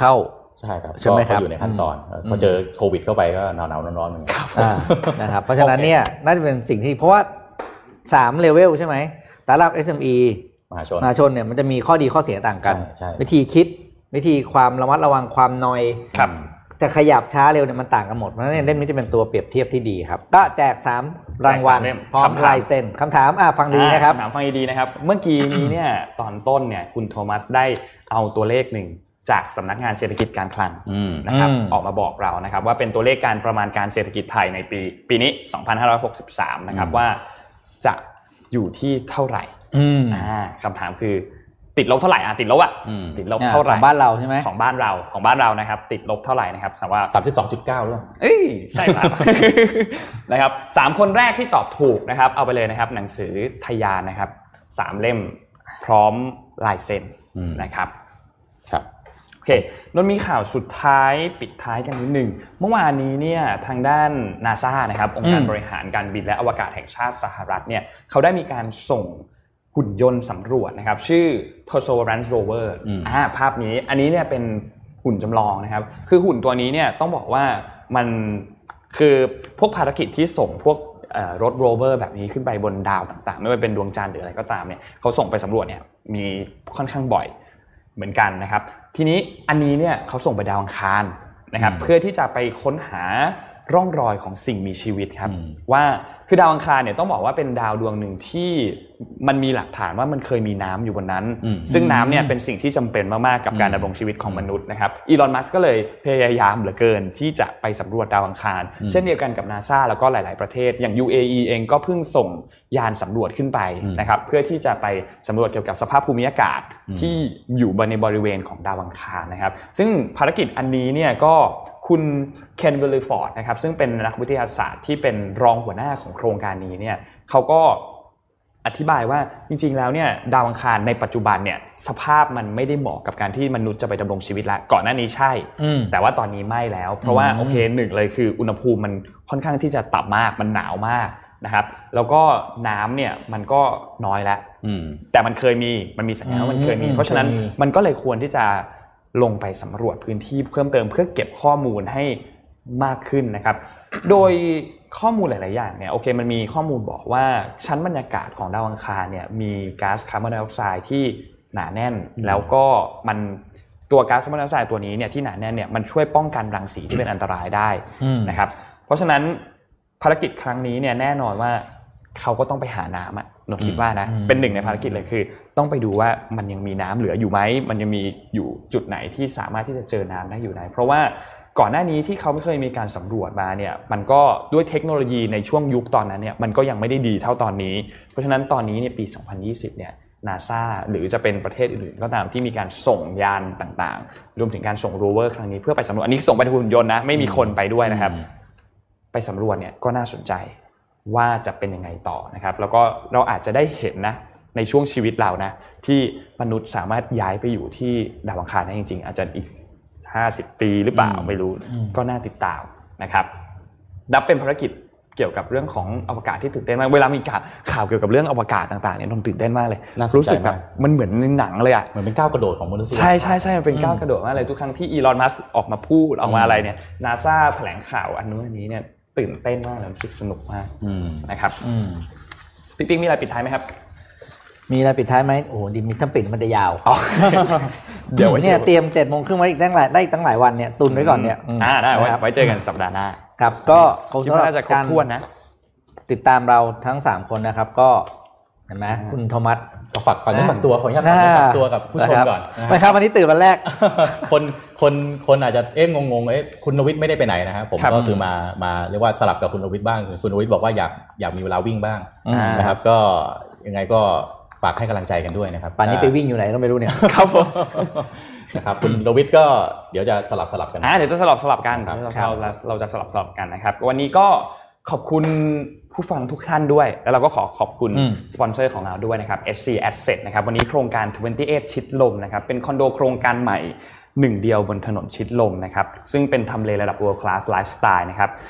ใช่ครับใช่ไหมครับก็อยู่ในขั้นตอนพอเจอโควิดเข้าไปก็หนาวๆร้อนๆเหมือนกันนะครับเพราะฉะนั้นเนี่ยน่าจะเป็นสิ่งที่เพราะว่าสามเลเวลใช่ไหมสตาร์ทอัพ เอส เอ็ม อีมหาชนมหาชนเนี่ยมันจะมีข้อดีข้อเสียต่างกันใช่วิธีคิดวิธีความระมัดระวังความนอยครับจะขยับช้าเร็วเนี่ยมันต่างกันหมดเพราะฉะนั้นเล่มนี้จะเป็นตัวเปรียบเทียบที่ดีครับก็แจกสามรางวัลพร้อมลายเซ็นคำถามอ่ะฟังดีนะครับคำถามฟังดีนะครับเมื่อกี้นี้เนี่ยตอนต้นเนี่ยคุณโทมัสได้เอาตัวเลขหนึ่งจากสำนักงานเศรษฐกิจการคลังนะครับออกมาบอกเรานะครับว่าเป็นตัวเลขการประมาณการเศรษฐกิจไทยในปีปีนี้สองพันห้าร้อยหกสิบสามนะครับว่าจะอยู่ที่เท่าไหร่อ่าคำถามคือติดลบเท่าไหร่อ่ะติดลบอ่ะติดลบเท่าไหร่ของบ้านเราใช่ไหมของบ้านเราของบ้านเรานะครับติดลบเท่าไหร่นะครับถามว่าสามสิบสองจุดเก้า ด้วยเอ้ยใช่ครับ นะครับสามคนแรกที่ตอบถูกนะครับเอาไปเลยนะครับหนังสือทะยานนะครับสามเล่มพร้อมลายเซ็นนะครับครับโอเคนนมีข่าวสุดท้ายปิดท้ายกันนิดนึงเมื่อวานนี้เนี่ยทางด้าน NASA นะครับองค์การบริหารการบินและอวกาศแห่งชาติสหรัฐเนี่ยเขาได้มีการส่งหุ่นยนต์สำรวจนะครับชื่อ Perseverance Rover อ่าภาพนี้อันนี้เนี่ยเป็นหุ่นจำลองนะครับคือหุ่นตัวนี้เนี่ยต้องบอกว่ามันคือพวกภารกิจที่ส่งพวกรถโรเวอร์แบบนี้ขึ้นไปบนดาวต่างๆไม่ว่าเป็นดวงจันทร์หรืออะไรก็ตามเนี่ยเขาส่งไปสำรวจเนี่ยมีค่อนข้างบ่อยเหมือนกันนะครับทีนี้อันนี้เนี่ยเขาส่งไปดาวอังคารนะครับเพื่อที่จะไปค้นหาร่องรอยของสิ่งมีชีวิตครับว่าคือดาวอังคารเนี่ยต้องบอกว่าเป็นดาวดวงหนึ่งที่มันมีหลักฐานว่ามันเคยมีน้ำอยู่บนนั้นซึ่งน้ำเนี่ยเป็นสิ่งที่จำเป็นมากๆกับการดำรงชีวิตของมนุษย์นะครับอีลอนมัสก์ก็เลยพยายามเหลือเกินที่จะไปสำรวจดาวอังคารเช่นเดียวกันกับ NASA แล้วก็หลายๆประเทศอย่าง ยู เอ อี เองก็เพิ่งส่งยานสำรวจขึ้นไปนะครับเพื่อที่จะไปสำรวจเกี่ยวกับสภาพภูมิอากาศที่อยู่ในบริเวณของดาวอังคารนะครับซึ่งภารกิจอันนี้เนี่ยก็คุณเคนวิลเลอร์ฟอร์ดนะครับซึ่งเป็นนักวิทยาศาสตร์ที่เป็นรองหัวหน้าของโครงการนี้เนี่ยเขาก็อธิบายว่าจริงๆแล้วเนี่ยดาวอังคารในปัจจุบันเนี่ยสภาพมันไม่ได้เหมาะกับการที่มนุษย์จะไปดำรงชีวิตละก่อนหน้านี้ใช่แต่ว่าตอนนี้ไม่แล้วเพราะว่าโอเคหนึ่งเลยคืออุณหภูมิมันค่อนข้างที่จะต่ำมากมันหนาวมากนะครับแล้วก็น้ำเนี่ยมันก็น้อยแล้วแต่มันเคยมีมันมีสัญญาณว่ามันเคยมีเพราะฉะนั้นมันก็เลยควรที่จะลงไปสำรวจพื้นที่เพิ่มเติมเพื่อเก็บข้อมูลให้มากขึ้นนะครับโดยข้อมูลหลายๆอย่างเนี่ยโอเคมันมีข้อมูลบอกว่าชั้นบรรยากาศของดาวอังคารเนี่ยมีก๊าซคาร์บอนไดออกไซด์ที่หนาแน่นแล้วก็มันตัวก๊าซคาร์บอนไดออกไซด์ตัวนี้เนี่ยที่หนาแน่นเนี่ยมันช่วยป้องกันรังสีที่เป็นอันตรายได้นะครับเพราะฉะนั้นภารกิจครั้งนี้เนี่ยแน่นอนว่าเขาก็ต้องไปหาน้ำอ่ะนนคิดว่านะเป็นหนึ่งในภารกิจเลยคือต้องไปดูว่ามันยังมีน้ำเหลืออยู่ไหมมันยังมีอยู่จุดไหนที่สามารถที่จะเจอน้ำได้อยู่ไหนเพราะว่าก่อนหน้านี้ที่เขาไม่เคยมีการสำรวจมาเนี่ยมันก็ด้วยเทคโนโลยีในช่วงยุคตอนนั้นเนี่ยมันก็ยังไม่ได้ดีเท่าตอนนี้เพราะฉะนั้นตอนนี้เนี่ยปีสองพันยี่สิบเนี่ย NASA หรือจะเป็นประเทศอื่นๆก็ตามที่มีการส่งยานต่างๆรวมถึงการส่งโรเวอร์ครั้งนี้เพื่อไปสำรวจอันนี้ส่งไปหุ่นยนต์นะไม่มีคนไปด้วยนะครับไปสำรวจเนี่ยก็น่าสนใจว่าจะเป็นยังไงต่อนะครับแล้วก็เราอาจจะได้เห็นนะในช่วงชีวิตเรานะที่มนุษย์สามารถย้ายไปอยู่ที่ดาวอังคารได้จริงๆอาจจะอีกห้าสิบปีหรือเปล่าไม่รู้ก็น่าติดตามนะครับนับเป็นภารกิจเกี่ยวกับเรื่องของอวกาศที่ตื่นเต้นมากเวลามีข่าวเกี่ยวกับเรื่องอวกาศต่างๆเนี่ยต้องตื่นเต้นมากเลยรู้สึกแบบมันเหมือนในหนังเลยอ่ะเหมือนเป็นก้าวกระโดดของมนุษย์ใช่ใช่ใช่มันเป็นก้าวกระโดดมากเลยทุกครั้งที่อีลอนมัสก์ออกมาพูดออกมาอะไรเนี่ย NASA แถลงข่าวอันนู้นอันนี้เนี่ยตื่นเต้นมากเลยรู้สึกสนุกมากนะครับปิ๊กปิ๊กมีอะไรปิดท้ายไหมครับมีอะไรปิดท้ายไหมโอ้โหดิมิทัมปิดมันจะยาวเดี๋ยวเนี่ยเตรียมเจ็ดโมงครึ่งไว้อีกตั้งหลายได้ตั้งหลายวันเนี่ยตุนไว้ก่อนเนี่ยอ่าได้ไว้เจอกันสัปดาห์หน้าครับก็คงจะครบถ้วนนะติดตามเราทั้งสามคนนะครับก็เห็นไหมคุณโทมัสฝากฝากฝากตัวขออนุญาตฝากตัวกับผู้ชมก่อนไม่ครับวันนี้ตื่นวันแรกคนคนคนอาจจะเอ๊ะงงๆเอ๊ะคุณนวิทย์ไม่ได้ไปไหนนะครับผมก็คือมามาเรียกว่าสลับกับคุณนวิทย์บ้างคุณนวิทย์บอกว่าอยากอยากมีเวลาวิ่งบ้างนะครับก็ยังไงก็ฝากให้กำลังใจกันด้วยนะครับป่านนี้ไปวิ่งอยู่ไหนก็ไม่รู้เนี่ยครับผมนะครับคุณนวิทย์ก็เดี๋ยวจะสลับสลับกันอ่าเดี๋ยวจะสลับสลับกันเราเราจะสลับสลับกันนะครับวันนี้ก็ขอบคุณผู้ฟังทุกท่านด้วยแล้วเราก็ขอขอบคุณสปอนเซอร์ของเราด้วยนะครับ เอส ซี Asset นะครับวันนี้โครงการยี่สิบแปดชิดลมนะครับเป็นคอนโดโครงการใหม่หนึ่งเดียวบนถนนชิดลมนะครับซึ่งเป็นทำเลระดับ World Class Lifestyle นะครับ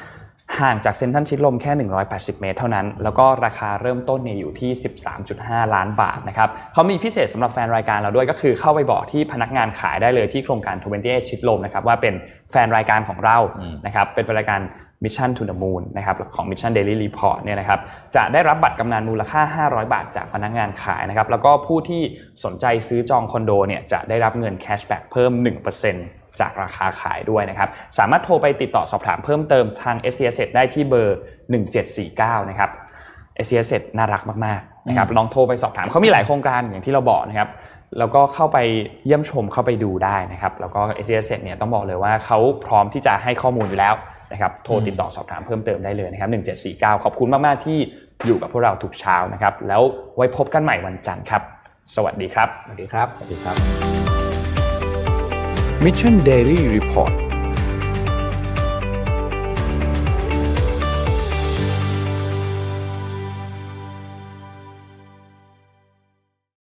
ห่างจากเซ็นทรัลชิดลมแค่หนึ่งร้อยแปดสิบเมตรเท่านั้นแล้วก็ราคาเริ่มต้นเนี่ยอยู่ที่ สิบสามจุดห้า ล้านบาทนะครับเขามีพิเศษสำหรับแฟนรายการเราด้วยก็คือเข้าไปบอกที่พนักงานขายได้เลยที่โครงการยี่สิบเอ็ดชิดลมนะครับว่าเป็นแฟนรายการของเรานะครับเป็นรายการ Mission to the Moon นะครับของ Mission Daily Report เนี่ยนะครับจะได้รับบัตรกำนันมูลค่าห้าร้อยบาทจากพนักงานขายนะครับแล้วก็ผู้ที่สนใจซื้อจองคอนโดเนี่ยจะได้รับเงินแคชแบ็กเพิ่ม หนึ่งเปอร์เซ็นต์ จากราคาขายด้วยนะครับสามารถโทรไปติดต่อสอบถามเพิ่มเติมทาง เอส ซี Asset ได้ที่เบอร์หนึ่งเจ็ดสี่เก้านะครับ เอส ซี Asset น่ารักมากๆนะครับลองโทรไปสอบถามเขามีหลายโครงการอย่างที่เราบอกนะครับแล้วก็เข้าไปเยี่ยมชมเข้าไปดูได้นะครับแล้วก็ เอส ซี Asset เนี่ยต้องบอกเลยว่าเขาพร้อมที่จะให้ข้อมูลอยู่แล้วนะครับโทรติดต่อสอบถามเพิ่มเติมได้เลยนะครับหนึ่งเจ็ดสี่เก้าขอบคุณมากๆที่อยู่กับพวกเราทุกเช้านะครับแล้วไว้พบกันใหม่วันจันทร์ครับสวัสดีครับสวัสดีครับสวัสดีครับ Mission Daily Report